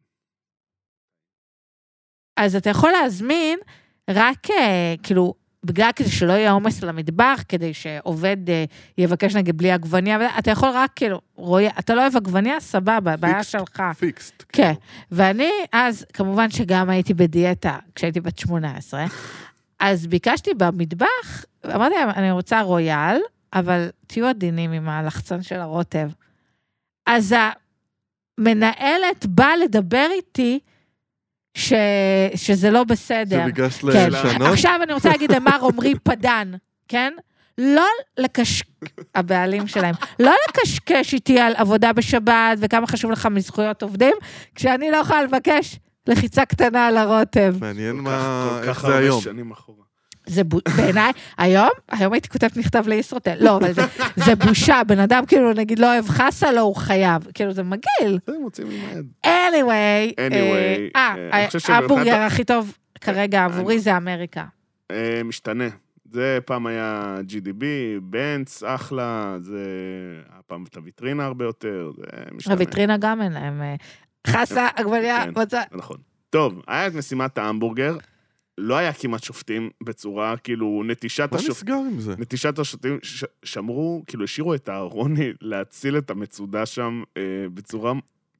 אז אתה יכול להזמין רק, אה, כאילו, בגלל כדי שלא יהיה עומס למטבח, כדי שעובד אה, יבקש נגיד בלי עגבניה, וזה, אתה יכול רק, כאילו, רואי, אתה לא אוהב עגבניה, סבבה, בעיה שלך. פיקסט. כן, ואני אז, כמובן שגם הייתי בדיאטה כשהייתי בת שמונה עשרה, אז ביקשתי במטבח, אמרתי להם, אני רוצה רויאל, אבל תהיו עדינים עם הלחצן של הרוטב. אז המנהלת באה לדבר איתי, ש... שזה לא בסדר. שביקשת כן. לשנות? עכשיו אני רוצה להגיד למר עומרי פדן, כן? לא לקש... הבעלים שלהם, לא לקשקש איתי על עבודה בשבת, וכמה חשוב לך מזכויות עובדים, כשאני לא יכולה לבקש לחיצה קטנה על הרוטב. מעניין כל מה, כך- כל איך כך זה הרבה היום. שנים אחורה. זה ב... בעיניי, היום, היום הייתי כותבת מכתב לישרוטל, לא, אבל זה, זה בושה, בן אדם כאילו נגיד לא אוהב חסה, לא הוא חייב, כאילו זה מגעיל. זה מוצאים עם היד. anyway, Anyway, אה, אה, אני חושב אה, שמבחינת- הבורגר הכי טוב כרגע עבורי זה אמריקה. אה, משתנה. זה פעם היה ג'י די בי, בנץ, אחלה, זה הפעם את הוויטרינה הרבה יותר, זה משתנה. הוויטרינה גם אין להם אה, חסה, עגבניה, כן. בצע. נכון. טוב, היה את משימת ההמבורגר, לא היה כמעט שופטים בצורה, כאילו, נטישת מה השופטים. נסגר עם זה? נטישת השופטים ש- שמרו, כאילו, השאירו את הארוני להציל את המצודה שם אה, בצורה,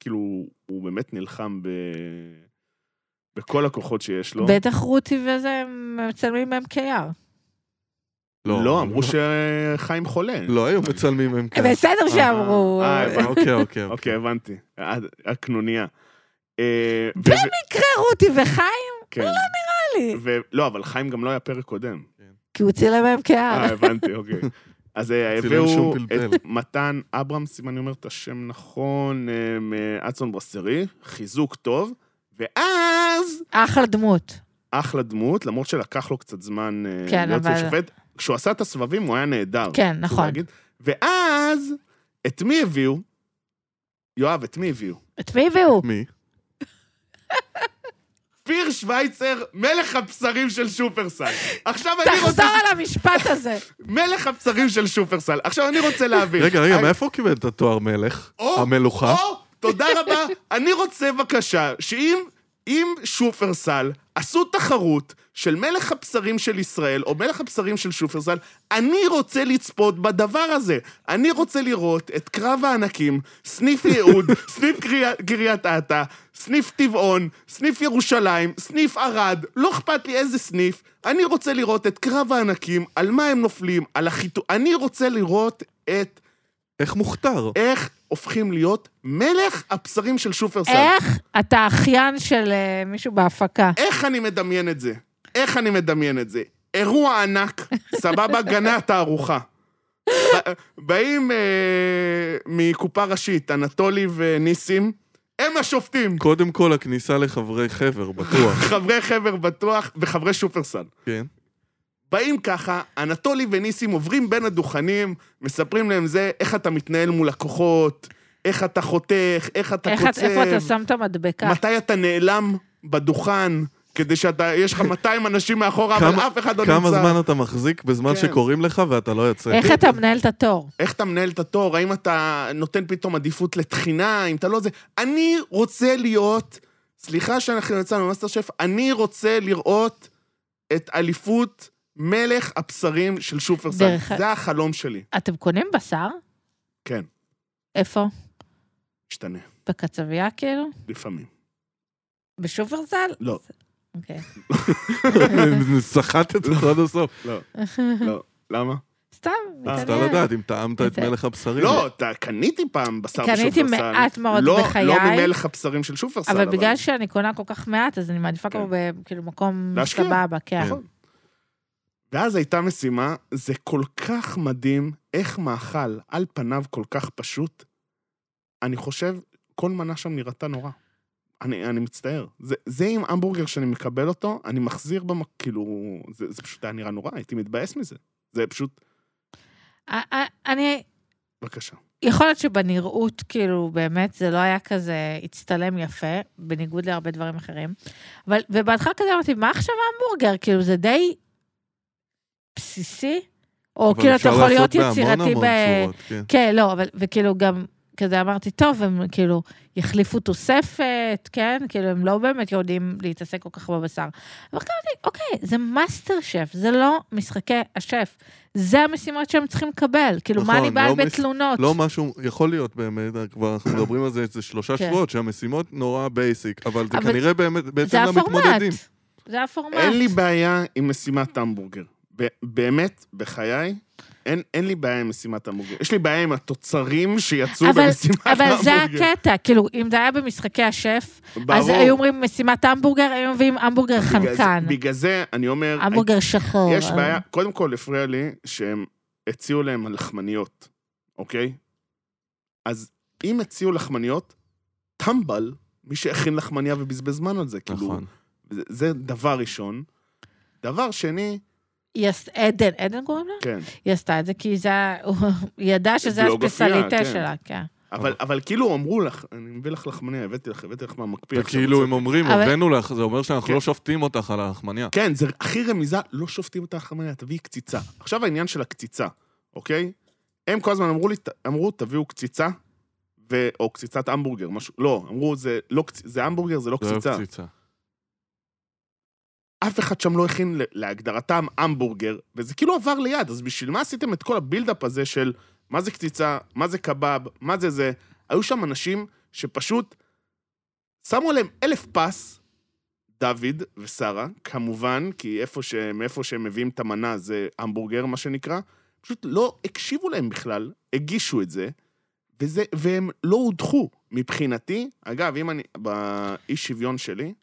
כאילו, הוא באמת נלחם ב... בכל הכוחות שיש לו. בטח רותי וזה, הם מצלמים מהם קייר. לא, לא, אמרו שחיים חולה. לא היו מצלמים הם כאן. בסדר שאמרו. אוקיי, אוקיי. אוקיי, הבנתי. הקנוניה. במקרה רותי וחיים? כן. לא נראה לי. לא, אבל חיים גם לא היה פרק קודם. כי הוא צילם מהם קייר. אה, הבנתי, אוקיי. אז הביאו את מתן אברמס, אם אני אומר את השם נכון, מאצון ברסרי, חיזוק טוב, ואז... אחלה דמות. אחלה דמות, למרות שלקח לו קצת זמן כן, להיות אבל... שופט. כשהוא עשה את הסבבים, הוא היה נהדר. כן, נכון. ואז, את מי הביאו? יואב, את מי הביאו? את מי הביאו? מי? פיר שווייצר, מלך הבשרים של שופרסל. עכשיו אני רוצה... תחזור על המשפט הזה. מלך הבשרים של שופרסל. עכשיו אני רוצה להבין. רגע, רגע, מאיפה הוא קיבל את התואר מלך? המלוכה? או, תודה רבה. אני רוצה בבקשה, שאם אם שופרסל עשו תחרות של מלך הבשרים של ישראל, או מלך הבשרים של שופרסל, אני רוצה לצפות בדבר הזה. אני רוצה לראות את קרב הענקים, סניף יהוד, סניף קריית אתא, סניף טבעון, סניף ירושלים, סניף ערד, לא אכפת לי איזה סניף, אני רוצה לראות את קרב הענקים, על מה הם נופלים, על החיתוך, אני רוצה לראות את... איך מוכתר? איך הופכים להיות מלך הבשרים של שופרסל. איך? אתה אחיין של uh, מישהו בהפקה. איך אני מדמיין את זה? איך אני מדמיין את זה? אירוע ענק, סבבה, גנה התערוכה. באים uh, מקופה ראשית, אנטולי וניסים, הם השופטים. קודם כל הכניסה לחברי חבר, בטוח. חברי חבר בטוח, וחברי שופרסל. כן. באים ככה, אנטולי וניסים עוברים בין הדוכנים, מספרים להם זה, איך אתה מתנהל מול לקוחות, איך אתה חותך, איך אתה איך, קוצב. איפה אתה שם את המדבקה? מתי אתה נעלם בדוכן, כדי שאתה, יש לך מאתיים אנשים מאחורה, אבל אף אחד לא נמצא. כמה זמן אתה מחזיק בזמן שקוראים לך ואתה לא יוצא? איך אתה מנהל את התור? איך אתה מנהל את התור? האם אתה נותן פתאום עדיפות לתחינה? אם אתה לא זה... אני רוצה להיות, סליחה שאנחנו יצאנו במאסטר שף, אני רוצה לראות את אליפות מלך הבשרים של שופרסל. זה החלום שלי. אתם קונים בשר? כן. איפה? משתנה. בקצביה כאילו? לפעמים. בשופרסל? לא. אוקיי. שחט את זה עד הסוף. לא, לא. למה? סתם, אז אתה לדעת, אם טעמת את מלך הבשרים. לא, קניתי פעם בשר בשופרסל. קניתי מעט מאוד בחיי. לא ממלך הבשרים של שופרסל. אבל בגלל שאני קונה כל כך מעט, אז אני מעדיפה כבר במקום סבבה, כן. ואז הייתה משימה, זה כל כך מדהים, איך מאכל על פניו כל כך פשוט, אני חושב, כל מנה שם נראתה נורא. אני, אני מצטער. זה, זה עם המבורגר שאני מקבל אותו, אני מחזיר במק... כאילו, זה, זה פשוט היה נראה נורא, הייתי מתבאס מזה. זה פשוט... אני... בבקשה. יכול להיות שבנראות, כאילו, באמת, זה לא היה כזה, הצטלם יפה, בניגוד להרבה דברים אחרים. אבל, ובהתחלה כזה אמרתי, מה עכשיו המבורגר? כאילו, זה די בסיסי? או כאילו, אתה יכול להיות יצירתי ב... כן. כן, לא, אבל, וכאילו גם... כזה אמרתי, טוב, הם כאילו יחליפו תוספת, כן? כאילו, הם לא באמת יודעים להתעסק כל כך בבשר. אבל אמרתי, אוקיי, זה מאסטר שף, זה לא משחקי השף. זה המשימות שהם צריכים לקבל. כאילו, מה אני באה בתלונות? לא משהו, יכול להיות באמת, כבר אנחנו מדברים על זה, זה שלושה שבועות, שהמשימות נורא בייסיק, אבל זה כנראה באמת, בעצם למתמודדים. זה הפורמט. אין לי בעיה עם משימת המבורגר. באמת, בחיי, אין, אין לי בעיה עם משימת המבורגר. יש לי בעיה עם התוצרים שיצאו אבל, במשימת אבל המבורגר. אבל זה הקטע, כאילו, אם זה היה במשחקי השף, ברור. אז היו אומרים משימת המבורגר, היו מביאים המבורגר חנקן. בגלל זה, אני אומר... המבורגר שחור. יש בעיה, קודם כל הפריע לי, שהם הציעו להם לחמניות, אוקיי? אז אם הציעו לחמניות, טמבל, מי שהכין לחמניה ובזבז זמן על זה, כאילו, נכון. זה, זה דבר ראשון. דבר שני, היא עדן, עדן קוראים לה? כן. היא עשתה את זה, כי זה, היא ידעה שזה הספציאליטה שלה, כן. אבל, אבל כאילו אמרו לך, אני מביא לך לחמניה, הבאתי לך, הבאתי לך מהמקפיא. וכאילו הם אומרים, הבאנו לך, זה אומר שאנחנו לא שופטים אותך על הלחמניה. כן, זה הכי רמיזה, לא שופטים אותך לחמניה, תביאי קציצה. עכשיו העניין של הקציצה, אוקיי? הם כל הזמן אמרו לי, אמרו, תביאו קציצה, או קציצת המבורגר, משהו, לא, אמרו, זה לא, זה המבורגר, זה לא קציצה. אף אחד שם לא הכין להגדרתם המבורגר, וזה כאילו עבר ליד, אז בשביל מה עשיתם את כל הבילדאפ הזה של מה זה קציצה, מה זה קבב, מה זה זה? היו שם אנשים שפשוט שמו עליהם אלף פס, דוד ושרה, כמובן, כי איפה ש... מאיפה שהם מביאים את המנה זה המבורגר, מה שנקרא, פשוט לא הקשיבו להם בכלל, הגישו את זה, וזה... והם לא הודחו מבחינתי. אגב, אם אני, באי שוויון שלי,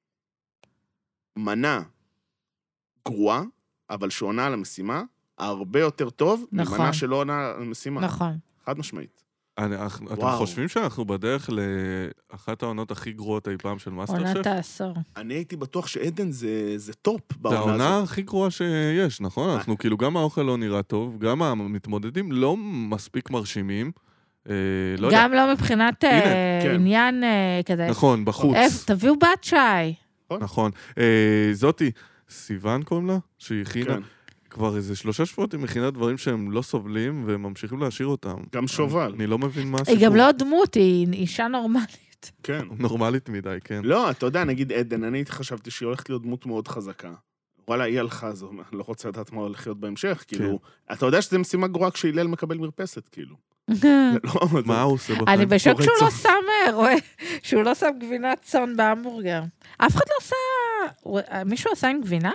מנה גרועה, אבל שעונה על המשימה, הרבה יותר טוב, נכון. ממנה שלא עונה על המשימה. נכון. חד משמעית. אני, אתם וואו. חושבים שאנחנו בדרך לאחת העונות הכי גרועות אי פעם של מאסטר עונת שף? העשור. אני הייתי בטוח שעדן זה, זה טופ זה בעונה הזאת. העונה הכי גרועה שיש, נכון? אנחנו כאילו, גם האוכל לא נראה טוב, גם המתמודדים לא מספיק מרשימים. אה, לא יודע. גם לא מבחינת אה, כן. עניין אה, כזה. נכון, בחוץ. אה, תביאו בת שי. נכון. אה, זאתי, סיוון קוראים לה? שהיא הכינה. כן. כבר איזה שלושה שבועות היא מכינה דברים שהם לא סובלים, והם ממשיכים להשאיר אותם. גם שובל. אני לא מבין מה הסיפור. היא גם לא דמות, היא אישה נורמלית. כן. נורמלית מדי, כן. לא, אתה יודע, נגיד עדן, אני חשבתי שהיא הולכת להיות דמות מאוד חזקה. וואלה, היא הלכה, זו, אני לא רוצה לדעת מה הולך להיות בהמשך, כאילו, אתה יודע שזה משימה גרועה כשהילל מקבל מרפסת, כאילו. זה לא, זה- מה הוא עושה בחיים? אני בשוק שהוא לא קורץ. שם, אה, רואה, שהוא לא שם גבינת צאן בהמבורגר. אף אחד לא עשה... הוא- מישהו עשה עם גבינה?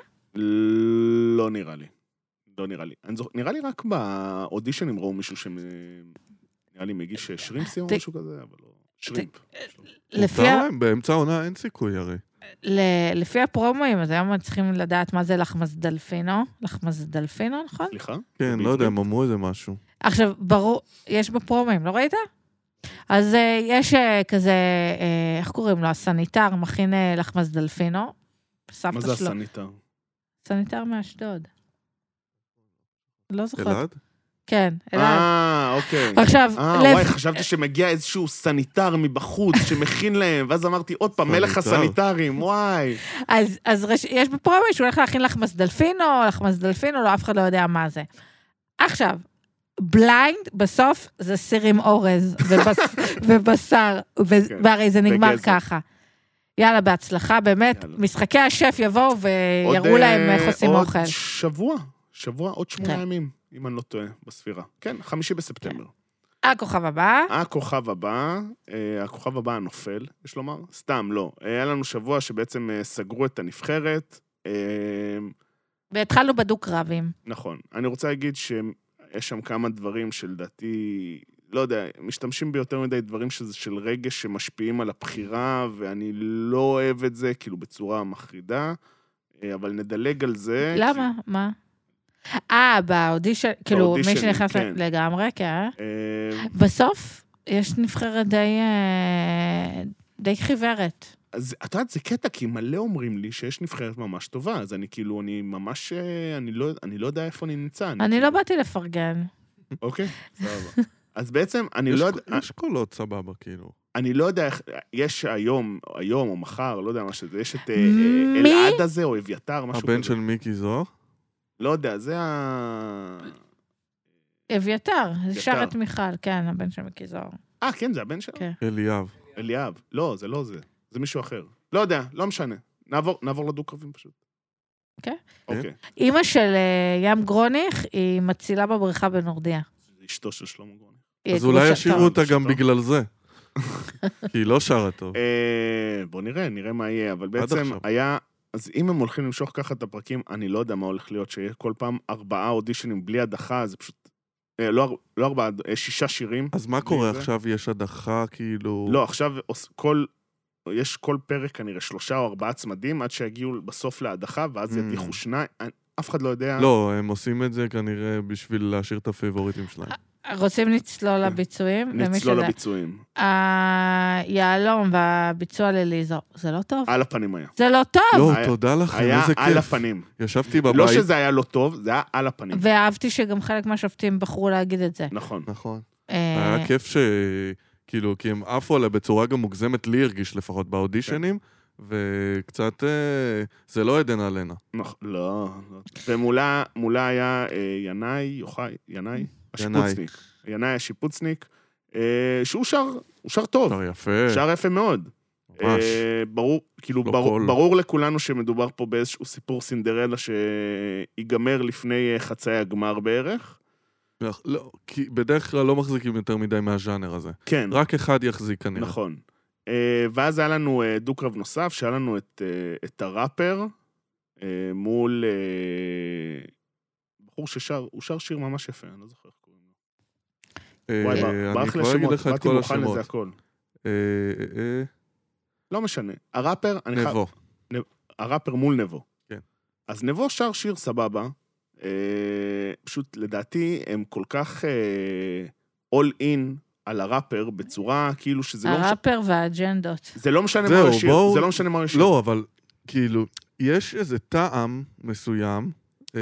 לא נראה לי. לא נראה לי. אני זוכר, נראה לי רק באודישנים ראו מישהו שנראה לי מגיש שרימפסים או ת- משהו כזה, אבל לא... שרימפ. לפי מותר ה- להם, באמצע העונה אין סיכוי הרי. ל- לפי הפרומואים, אז היום צריכים לדעת מה זה לחמס דלפינו. לחמס דלפינו, נכון? סליחה? כן, לא יודע, הם אמרו איזה משהו. עכשיו, ברור, יש בפרומואים, לא ראית? אז אה, יש אה, כזה, אה, איך קוראים לו? הסניטר מכין אה, לחמס דלפינו. מה סבתא זה שלו. הסניטר? סניטר מאשדוד. לא זוכרת. אלעד? כן, אלעד. אה, אוקיי. עכשיו, אה, לפ- וואי, חשבתי שמגיע איזשהו סניטר מבחוץ שמכין להם, ואז אמרתי, עוד פעם, מלך סניטר. הסניטרים, וואי. אז, אז רש... יש בפרומי שהוא הולך להכין לחמס דלפינו, לחמס דלפינו, לא, אף אחד לא יודע מה זה. עכשיו, בליינד, בסוף זה סיר עם אורז ובס... ובשר, ו... כן, והרי זה נגמר וגזר. ככה. יאללה, בהצלחה, באמת, יאללה. משחקי השף יבואו עוד, ויראו להם אה, איך עושים עוד אוכל. שבוע, שבוע, עוד שמונה כן. ימים, אם אני לא טועה, בספירה. כן, חמישי בספטמבר. הכוכב הבא, הכוכב הבא, אה, הכוכב הבא הנופל, יש לומר? סתם, לא. היה לנו שבוע שבעצם אה, סגרו את הנבחרת. אה, והתחלנו בדו-קרבים. נכון. אני רוצה להגיד שיש שם כמה דברים שלדעתי, לא יודע, משתמשים ביותר מדי דברים שזה של רגש שמשפיעים על הבחירה, ואני לא אוהב את זה, כאילו, בצורה מחרידה, אה, אבל נדלג על זה. למה? מה? אה, באודישן, כאילו, מי באודישנים, שנכנס כן. לגמרי, כן. כי... אה, בסוף, יש נבחרת די, אה, די חיוורת. אז את יודעת, זה קטע, כי מלא אומרים לי שיש נבחרת ממש טובה, אז אני כאילו, אני ממש, אה, אני לא, אני לא יודע איפה אני נמצא. אני כאילו- לא באתי לפרגן. אוקיי, סבבה. אז בעצם, אני יש- לא יודע, יש קולות סבבה, כאילו. אני לא יודע איך, יש היום, היום או מחר, לא יודע מה שזה, יש את אה, מי? אה, אלעד הזה, או אביתר, משהו כזה. הבן של מיקי זוהר? לא יודע, זה ה... אביתר, זה שר אביתר. את מיכל, כן, הבן של מיקי זוהר. אה, כן, זה הבן שלו? כן. אליאב. אליאב. לא, זה לא זה. זה מישהו אחר. לא יודע, לא משנה. נעבור, נעבור לדו-קרבים פשוט. אוקיי. אוקיי. אימא של אה, ים גרוניך, היא מצילה בבריכה בנורדיה. זה אשתו של שלמה גרוני. היא אז אולי גרושה- ישאירו טוב, אותה גם טוב. בגלל זה. כי היא לא שרה טוב. אה, בוא נראה, נראה מה יהיה, אבל בעצם עכשיו. היה... אז אם הם הולכים למשוך ככה את הפרקים, אני לא יודע מה הולך להיות, שיהיה כל פעם ארבעה אודישנים בלי הדחה, זה פשוט... אה, לא, אר- לא ארבעה, אה, שישה שירים. אז מה בלי קורה זה. עכשיו? יש הדחה, כאילו... לא, עכשיו עוש- כל... יש כל פרק כנראה שלושה או ארבעה צמדים, עד שיגיעו בסוף להדחה, ואז Mm. ידיחו שניים. אף אחד לא יודע... לא, הם עושים את זה כנראה בשביל להשאיר את הפייבוריטים שלהם. רוצים לצלול לביצועים? למי נצלול שזה- לביצועים. היהלום והביצוע לליזו, זה לא טוב? על הפנים היה. זה לא טוב! לא, היה- תודה לכם, היה איזה על כיף. הפנים. ישבתי בבית. לא שזה היה לא טוב, זה היה על הפנים. ואהבתי שגם חלק מהשופטים בחרו להגיד את זה. נכון. נכון. אה, היה כיף ש... כאילו, כי הם עפו עליה בצורה גם מוגזמת, לי הרגיש לפחות באודישנים, וקצת... אה, זה לא עדן עלינה. נכון, לא. לא. ומולה מולה היה אה, ינאי, יוחאי, ינאי, השיפוצניק. ינאי השיפוצניק, אה, שהוא שר, הוא שר טוב. שר יפה. שר יפה מאוד. ממש. אה, ברור, כאילו, לא ברור, כל. ברור לכולנו שמדובר פה באיזשהו סיפור סינדרלה שיגמר לפני אה, חצי הגמר בערך. לא, כי בדרך כלל לא מחזיקים יותר מדי מהז'אנר הזה. כן. רק אחד יחזיק כנראה. נכון. ואז היה לנו דו-קרב נוסף, שהיה לנו את, את הראפר, מול בחור ששר, הוא שר שיר ממש יפה, אני לא זוכר איך קוראים לו. וואי, ברח לשמות, באתי מוכן לזה הכל. לא משנה. הראפר, נבו. הראפר מול נבו. כן. אז נבו שר שיר סבבה, פשוט לדעתי הם כל כך all in על הראפר בצורה כאילו שזה לא משנה. הראפר והאג'נדות. זה לא משנה מה השיר, זה לא משנה מה השיר. לא, אבל כאילו, יש איזה טעם מסוים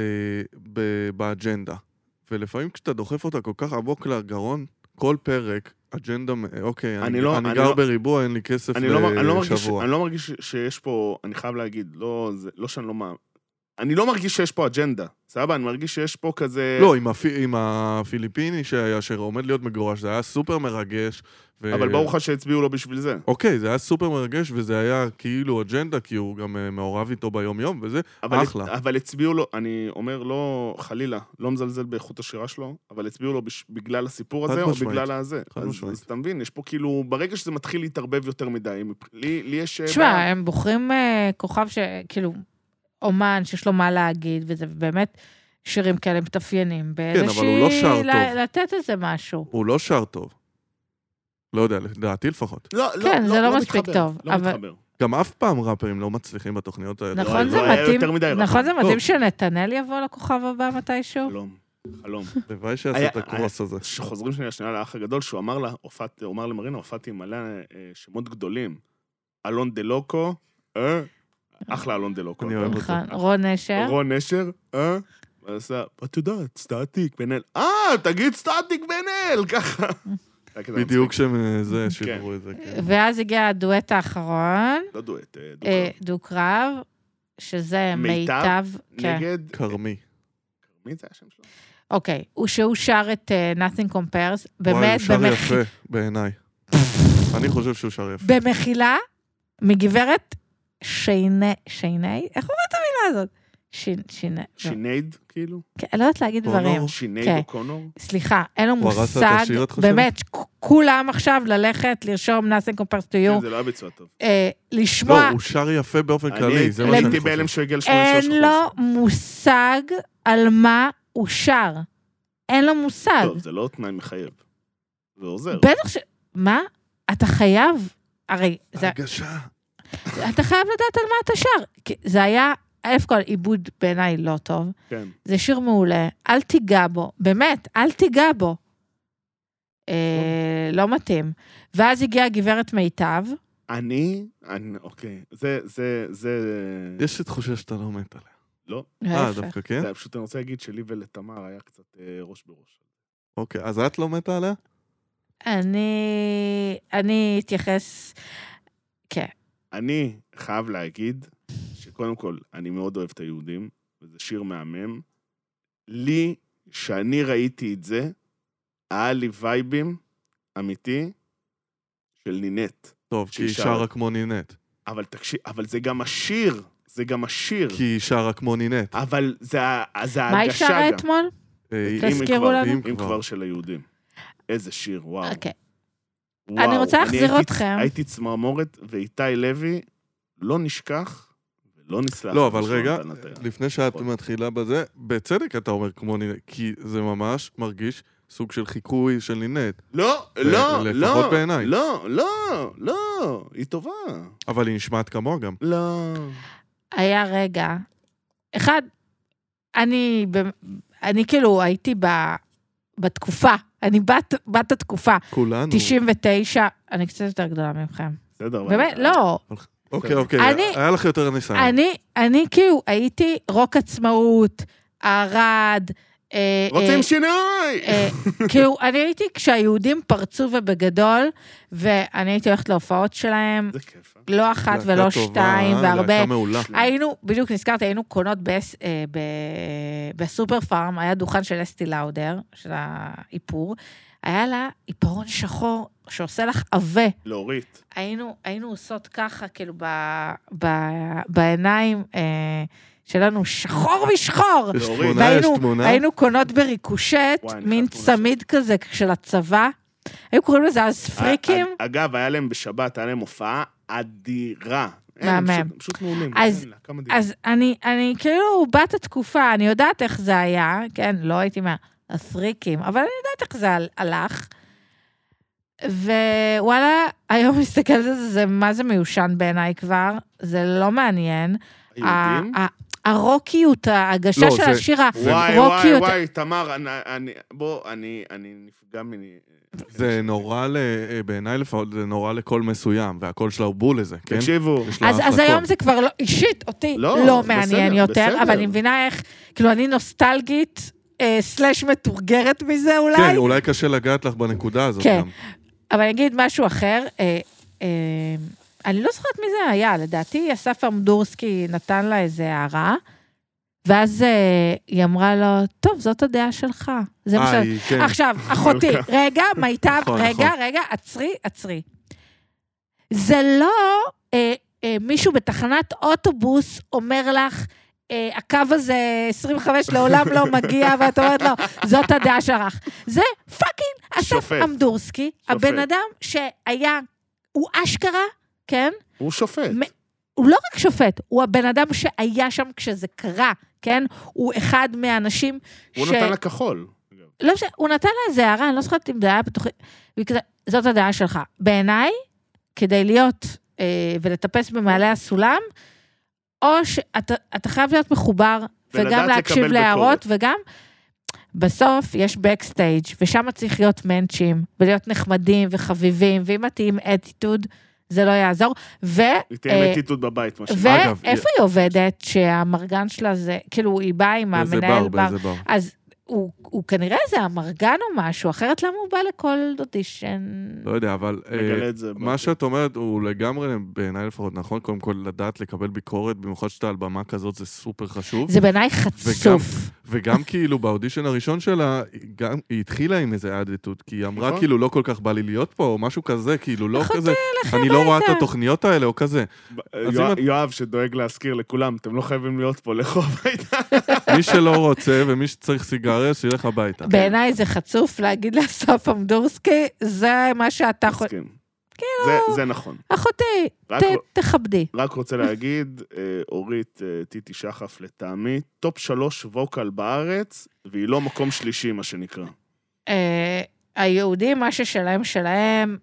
באג'נדה, ולפעמים כשאתה דוחף אותה כל כך עמוק לגרון, כל פרק, אג'נדה, אוקיי, אני גר בריבוע, אין לי כסף לשבוע. אני לא מרגיש שיש פה, אני חייב להגיד, לא שאני לא מה... אני לא מרגיש שיש פה אג'נדה, סבבה? אני מרגיש שיש פה כזה... לא, עם, הפ... עם הפיליפיני שהיה, שעומד להיות מגורש, זה היה סופר מרגש. ו... אבל ברוך לך שהצביעו לו בשביל זה. אוקיי, זה היה סופר מרגש, וזה היה כאילו אג'נדה, כי הוא גם מעורב איתו ביום יום, וזה אבל אחלה. אבל הצביעו לו, אני אומר לא, חלילה, לא מזלזל באיכות השירה שלו, אבל הצביעו לו בגלל הסיפור הזה, או בגלל הזה. אז, אז אתה מבין, יש פה כאילו, ברגע שזה מתחיל להתערבב יותר מדי, לי, לי יש... תשמע, הם בוחרים uh, כוכב שכאילו... אומן שיש לו מה להגיד, וזה באמת שירים כאלה מתאפיינים, כן, אבל הוא לא שר טוב. לתת איזה משהו. הוא לא שר טוב. לא יודע, לדעתי לפחות. לא, כן, לא, זה לא, לא לא מספיק מתחבר, טוב. לא אבל... מתחבר. גם אף פעם ראפרים לא מצליחים בתוכניות האלה. נכון, זה מתאים, נכון, זה מתאים שנתנאל יבוא לכוכב הבא מתישהו? חלום, חלום. לוואי שיעשה את הקרוס הזה. שחוזרים שנייה שנייה לאח הגדול, שהוא אמר לה, הוא אמר למרינה, הופעתי עם מלא שמות גדולים. אלון דלוקו, אה? אחלה אלון דלוקו. אני אוהב אותו. רון נשר. רון נשר, אה? ועשה, את יודעת, סטטיק בן אל. אה, תגיד סטטיק בן אל, ככה. בדיוק שזה, שידרו את זה. ואז הגיע הדואט האחרון. לא דואט, דו-קרב, שזה מיטב. נגד... קרמי. קרמי זה השם שלו? אוקיי, שהוא שר את Nothing Compares. וואי, הוא שר יפה בעיניי. אני חושב שהוא שר יפה. במחילה, מגברת שייני, שייני? איך אומרת המילה הזאת? שיני. שינייד, כאילו? כן, אני לא יודעת להגיד דברים. שינייד או קונור? סליחה, אין לו מושג, באמת, כולם עכשיו ללכת, לרשום Nothing Compares to You. זה לא היה ביצוע טוב. לשמוע... לא, הוא שר יפה באופן כללי, זה מה שאני חושב. הייתי בהלם שהוא הגיע ל-שמונים ושלוש אחוז. אין לו מושג על מה הוא שר. אין לו מושג. טוב, זה לא תנאי מחייב. זה עוזר. בטח ש... מה? אתה חייב... הרי... הרגשה. אתה חייב לדעת על מה אתה שר. זה היה... אלף כל עיבוד בעיניי לא טוב. כן. זה שיר מעולה. אל תיגע בו. באמת, אל תיגע בו. אה, לא מתאים. ואז הגיעה גברת מיטב. אני, אני, אוקיי. זה, זה, זה... יש לי תחושה שאתה לא מת עליה. לא. אה, דווקא כן? זה פשוט אני רוצה להגיד שלי ולתמר היה קצת אה, ראש בראש. אוקיי, אז את לא מתה עליה? אני, אני אתייחס, כן. אני חייב להגיד שקודם כל, אני מאוד אוהב את היהודים, וזה שיר מהמם. לי, שאני ראיתי את זה, היה לי וייבים אמיתי של נינט. טוב, כי היא שרה כמו נינט. אבל תקשיב, אבל זה גם השיר, זה גם השיר. כי היא שרה כמו נינט. אבל זה ההגשה גם. מה היא שרה אתמול? תזכירו לנו. אם כבר של היהודים. איזה שיר, וואו. אוקיי. אני רוצה להחזיר אתכם. הייתי צמרמורת, ואיתי לוי לא נשכח, ולא נסלח. לא, אבל רגע, לפני שאת מתחילה בזה, בצדק אתה אומר כמו נינט, כי זה ממש מרגיש סוג של חיקוי של נינט. לא, לא, לא. לפחות בעיניי. לא, לא, לא, היא טובה. אבל היא נשמעת כמוה גם. לא. היה רגע, אחד, אני, אני כאילו הייתי ב... בתקופה, אני בת, בת התקופה. כולנו. תשעים ותשע, אני קצת יותר גדולה ממכם. בסדר. באמת, לא. אוקיי, אוקיי, אני, היה לך יותר ניסיון. אני, אני כאילו הייתי רוק עצמאות, ערד, רוצים שינוי! כאילו, אני הייתי כשהיהודים פרצו ובגדול, ואני הייתי הולכת להופעות שלהם, לא אחת ולא שתיים, והרבה. היינו, בדיוק נזכרתי, היינו קונות בסופר פארם, היה דוכן של אסטי לאודר, של האיפור, היה לה עיפרון שחור, שעושה לך עווה. להורית. היינו, היינו עושות ככה, כאילו, בעיניים, שלנו שחור משחור. יש והיינו תמונה. היינו קונות בריקושט, מין צמיד כזה של הצבא. היו קוראים לזה אז פריקים. אגב, היה להם בשבת, היה להם הופעה אדירה. מהמם. פשוט מעולים. אז אני, אני כאילו, בת התקופה, אני יודעת איך זה היה, כן, לא הייתי מהפריקים, אבל אני יודעת איך זה הלך. ווואלה, היום מסתכל על זה, זה מה זה מיושן בעיניי כבר, זה לא מעניין. היהודים? הרוקיות, ההגשה של השיר הרוקיות. וואי, וואי, וואי, תמר, בוא, אני נפגע מני... זה נורא, בעיניי לפחות, זה נורא לקול מסוים, והקול שלה הוא בול לזה, כן? תקשיבו. אז היום זה כבר לא, אישית, אותי לא מעניין יותר, אבל אני מבינה איך, כאילו אני נוסטלגית, סלש מתורגרת מזה אולי. כן, אולי קשה לגעת לך בנקודה הזאת גם. אבל אני אגיד משהו אחר, אני לא זוכרת מי זה היה, לדעתי אסף אמדורסקי נתן לה איזה הערה, ואז היא אמרה לו, טוב, זאת הדעה שלך. זה מה ש... עכשיו, אחותי, רגע, מיטב, רגע, רגע, עצרי, עצרי. זה לא מישהו בתחנת אוטובוס אומר לך, הקו הזה עשרים וחמש לעולם לא מגיע, ואת אומרת לו, זאת הדעה שלך. זה פאקינג אסף אמדורסקי, הבן אדם שהיה, הוא אשכרה, כן? הוא שופט. הוא לא רק שופט, הוא הבן אדם שהיה שם כשזה קרה, כן? הוא אחד מהאנשים ש... הוא נתן לה כחול. לא, הוא נתן לה איזה הערה, אני לא זוכרת אם זה היה בתוכי... זאת הדעה שלך. בעיניי, כדי להיות ולטפס במעלה הסולם, או שאתה חייב להיות מחובר, וגם להקשיב להערות, וגם בסוף יש בקסטייג' ושם צריך להיות מנצ'ים, ולהיות נחמדים וחביבים, ואם את עם אטיטוד, זה לא יעזור. ו... תהיה אטיטוד בבית, מה ש... ואיפה היא עובדת שהמרגן שלה זה, כאילו היא באה עם המנהל בר, אז הוא, הוא כנראה זה המרגן או משהו, אחרת למה הוא בא לכל אודישן? לא יודע, אבל מה שאת אומרת הוא לגמרי בעיניי לפחות נכון, קודם כל לדעת לקבל ביקורת, במיוחד שאתה על במה כזאת זה סופר חשוב. זה בעיניי חצוף. וגם כאילו באודישן הראשון שלה, היא התחילה עם איזה אדיטות, כי היא אמרה כאילו לא כל כך בא לי להיות פה, או משהו כזה, כאילו לא כזה, אני לא רואה את התוכניות האלה או כזה. יואב שדואג להזכיר לכולם, אתם לא חייבים להיות פה, לכו הביתה. מי שלא רוצה ומי שצריך סיגריה, שילך הביתה. בעיניי זה חצוף להגיד לאסף אמדורסקי, זה מה שאתה חושב. כאילו... זה נכון. אחותי, תכבדי. רק רוצה להגיד, אורית טיטי שחף לטעמי, טופ שלוש ווקל בארץ, והיא לא מקום שלישי, מה שנקרא. היהודים, מה ששלהם שלהם,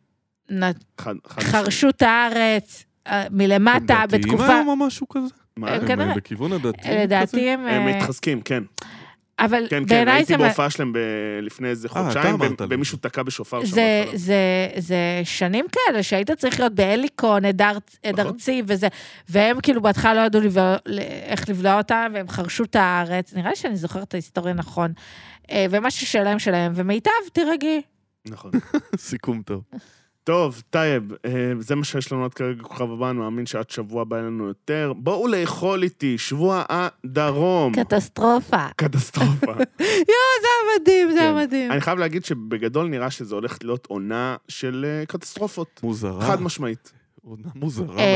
חרשו את הארץ, מלמטה, בתקופה... דתיים היום או משהו כזה? כנראה. בכיוון הדתי? לדעתי הם... הם מתחזקים, כן. אבל כן, כן, הייתי בהופעה שלהם לפני איזה חודשיים, ומישהו תקע בשופר שם. זה שנים כאלה, שהיית צריך להיות בהליקון, עד ארצי וזה, והם כאילו בהתחלה לא ידעו איך לבלוע אותם, והם חרשו את הארץ, נראה לי שאני זוכרת את ההיסטוריה נכון, ומה ששלהם שלהם, ומיטב, תרגי. נכון. סיכום טוב. טוב, טייב, זה מה שיש לנו עד כרגע כוכב הבא, אני מאמין שעד שבוע בא לנו יותר. בואו לאכול איתי, שבוע הדרום. קטסטרופה. קטסטרופה. יו, זה המדהים, זה המדהים. אני חייב להגיד שבגדול נראה שזה הולך להיות עונה של קטסטרופות. מוזרה. חד משמעית. עונה מוזרה מאוד.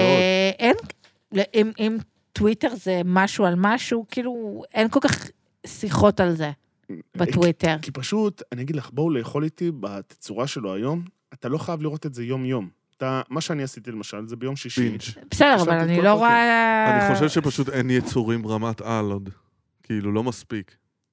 אין, אם טוויטר זה משהו על משהו, כאילו אין כל כך שיחות על זה בטוויטר. כי פשוט, אני אגיד לך, בואו לאכול איתי בתצורה שלו היום, אתה לא חייב לראות את זה יום-יום. אתה, מה שאני עשיתי למשל, זה ביום שישי. בסדר, אבל אני לא רואה... אני חושב שפשוט אין יצורים ברמת על עוד. כאילו, לא מספיק.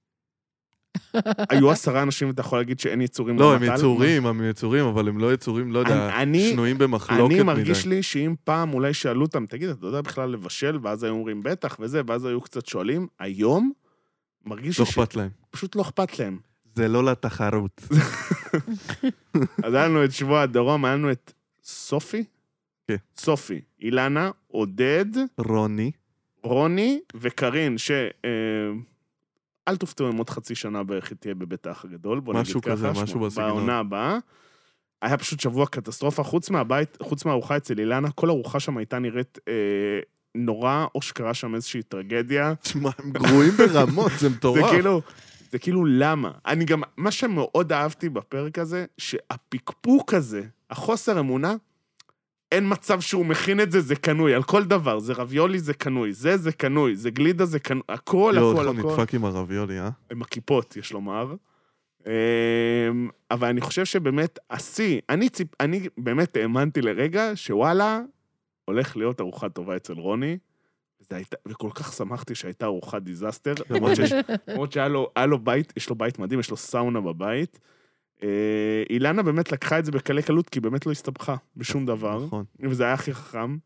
היו עשרה אנשים, ואתה יכול להגיד שאין יצורים ברמת על? לא, הם יצורים, הם יצורים, אבל הם לא יצורים, לא יודע, שנויים במחלוקת מדי. אני מרגיש לי שאם פעם אולי שאלו אותם, תגיד, אתה יודע בכלל לבשל, ואז היו אומרים בטח וזה, ואז היו קצת שואלים, היום מרגיש לי פשוט לא אכפת להם. זה לא לתחרות. אז היה לנו את שבוע הדרום, היה לנו את סופי? כן. סופי, אילנה, עודד, רוני, רוני וקרין, ש... אל תופתעו עם עוד חצי שנה בערך היא תהיה בבית האח הגדול, בוא נגיד ככה, משהו כזה, משהו בסגנון. בעונה הבאה. היה פשוט שבוע קטסטרופה, חוץ מהבית, חוץ מהארוחה אצל אילנה, כל ארוחה שם הייתה נראית אה, נורא, או שקרה שם איזושהי טרגדיה. תשמע, הם גרועים ברמות, זה מטורף. זה כאילו... זה כאילו למה? אני גם, מה שמאוד אהבתי בפרק הזה, שהפיקפוק הזה, החוסר אמונה, אין מצב שהוא מכין את זה, זה קנוי, על כל דבר, זה רביולי זה קנוי, זה זה קנוי, זה גלידה זה קנוי, הכל, לא, הכל, הכל. הכל. נדפק עם הרביולי, אה? עם הכיפות, יש לומר. אבל אני חושב שבאמת, השיא, אני, ציפ, אני באמת האמנתי לרגע שוואלה, הולך להיות ארוחה טובה אצל רוני, הייתה, וכל כך שמחתי שהייתה ארוחת דיזסטר, למרות, שיש, למרות שהיה לו, היה לו בית, יש לו בית מדהים, יש לו סאונה בבית. אילנה באמת לקחה את זה בקלי קלות, כי באמת לא הסתבכה בשום דבר, נכון. וזה היה הכי חכם.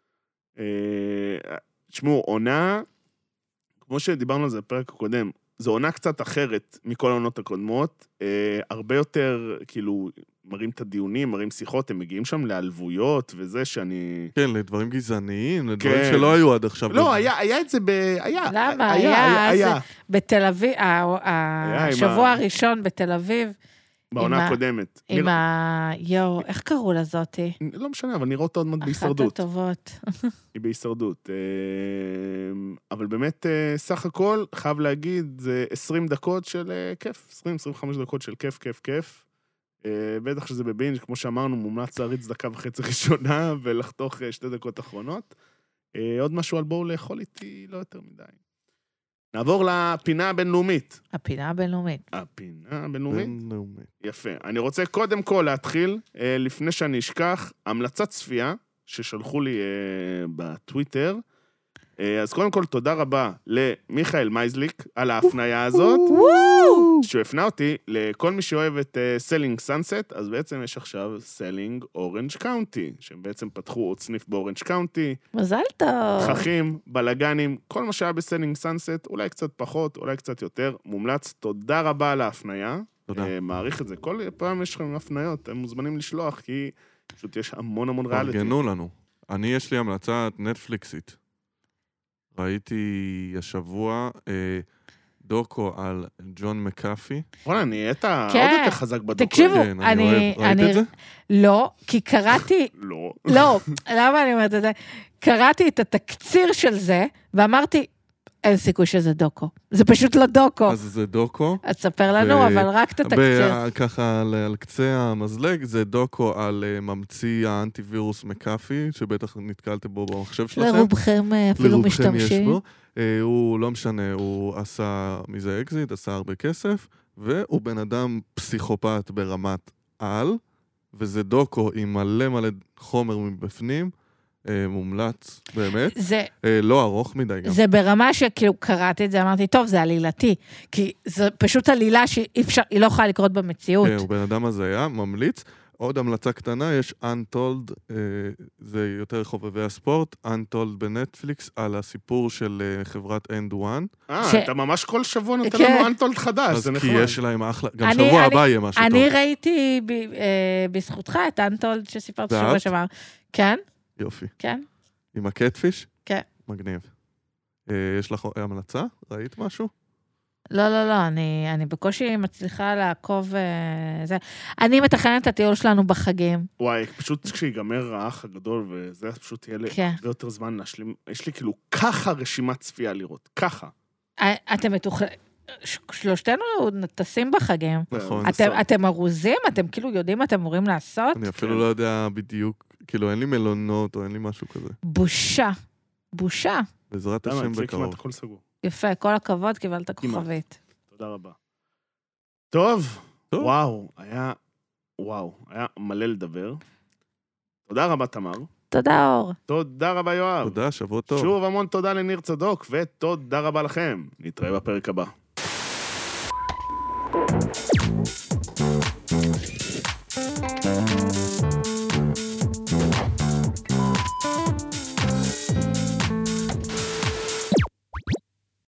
תשמעו, עונה, כמו שדיברנו על זה בפרק הקודם, זו עונה קצת אחרת מכל העונות הקודמות, אה, הרבה יותר, כאילו, מראים את הדיונים, מראים שיחות, הם מגיעים שם להלבויות, וזה שאני... כן, לדברים גזעניים, לדברים כן. שלא היו עד עכשיו. לא, היה, היה את זה ב... היה. למה? היה, היה, היה. זה בתל אביב, השבוע ה- הראשון בתל אביב, בעונה עם ה- הקודמת. עם נרא... ה... יו, איך קראו לזאתי? לא משנה, אבל נראה אותה עוד מעט אחת בהישרדות. הטובות. היא בהישרדות. אה, אבל באמת, אה, סך הכל, חייב להגיד, זה עשרים דקות של אה, כיף, עשרים עד עשרים וחמש דקות של כיף, כיף, כיף. אה, בטח שזה בבינג', כמו שאמרנו, מומלץ להריץ דקה וחצי ראשונה, ולחתוך אה, שתי דקות אחרונות. אה, עוד משהו על בואו לאכול איתי, לא יותר מדי. נעבור לפינה הבינלאומית. הפינה הבינלאומית. הפינה הבינלאומית? בינלאומית. יפה. אני רוצה קודם כל להתחיל, אה, לפני שאני אשכח, המלצת צפייה ששלחו לי אה, בטוויטר. אה, אז קודם כל, תודה רבה למיכאל מייזליק על ההפניה הזאת, שהוא הפנה אותי לכל מי שאוהב את סלינג סאנסט, אז בעצם יש עכשיו סלינג אורנג' קאונטי, שהם בעצם פתחו עוד סניף באורנג' קאונטי, מזל טוב. תככים, בלגנים, כל מה שהיה בסלינג סאנסט, אולי קצת פחות, אולי קצת יותר, מומלץ. תודה רבה על ההפניה. תודה. אה, מעריך את זה. כל פעם יש לכם הפניות, הם מוזמנים לשלוח, כי פשוט יש המון המון ריאליטי. פרגנו לנו. אני, יש לי המלצת נטפליקסית. ראיתי השבוע אה, דוקו על ג'ון מקאפי. וואלה, נהיית עוד כן. יותר חזק בדוקו. תקשיבו, כן, אני אני... אוהב. ראית אני- את זה? לא, כי קראתי... לא. לא, למה אני אומרת את זה? קראתי את התקציר של זה, ואמרתי, אין סיכוי שזה דוקו. זה פשוט לא דוקו. אז זה דוקו. אז ספר לנו, ו- אבל רק את התקציר. ב- ככה על, על קצה המזלג, זה דוקו על uh, ממציא האנטיווירוס מקאפי, שבטח נתקלתם בו במחשב שלכם. לרובכם אה, אפילו לרובכם יש משתמשים. בו. Uh, הוא לא משנה, הוא עשה מזה אקזיט, עשה הרבה כסף, והוא בן אדם פסיכופת ברמת על, וזה דוקו עם מלא מלא חומר מבפנים, uh, מומלץ, באמת. זה, Uh, לא ארוך מדי גם. זה ברמה שכאילו קראתי את זה, אמרתי, טוב, זה עלילתי. כי זה פשוט עלילה שהיא אפשר, היא לא יכולה לקרות במציאות. כן, הוא בן אדם הזה היה, ממליץ. עוד המלצה קטנה, יש Untold, אה, זה יותר חובבי הספורט, Untold בנטפליקס, על הסיפור של אה, חברת End One. אה, ש- אתה ממש כל שבוע נותן כן. לנו אנטולד חדש, אז זה כי נחמד. יש להם אחלה, גם אני- שבוע אני- הבא יהיה משהו אני טוב. ראיתי ב, אה, בזכותך את אנטולד שסיפרת ואהבת? שבוע שעבר. כן, יופי. כן. עם הקטפיש? כן. מגניב. אה, יש לך המלצה? ראית משהו? לא, לא, לא, אני, אני בקושי מצליחה לעקוב אה, זה. אני מתכננת את הטיול שלנו בחגים. וואי, פשוט כשיגמר האח הגדול, וזה פשוט יהיה לי כן. הרבה יותר זמן להשלים. יש לי כאילו ככה רשימת צפייה לראות, ככה. אה, אתם מתוכננים, שלושתנו טסים בחגים. נכון. זה אתם, סוד. אתם ארוזים? אתם כאילו יודעים מה אתם אמורים לעשות? אני אפילו לא יודע בדיוק, כאילו אין לי מלונות או אין לי משהו כזה. בושה. בושה. בעזרת למה, השם אצלי כמעט בקרוב. הכל סגור. יפה, כל הכבוד, קיבלת כמעט. כוכבית. תודה רבה. טוב, טוב. וואו, היה, וואו, היה מלא לדבר. תודה רבה, תמר. תודה, אור. תודה רבה, יואב. תודה, שבוע טוב. שוב המון תודה לניר צדוק, ותודה רבה לכם. נתראה בפרק הבא.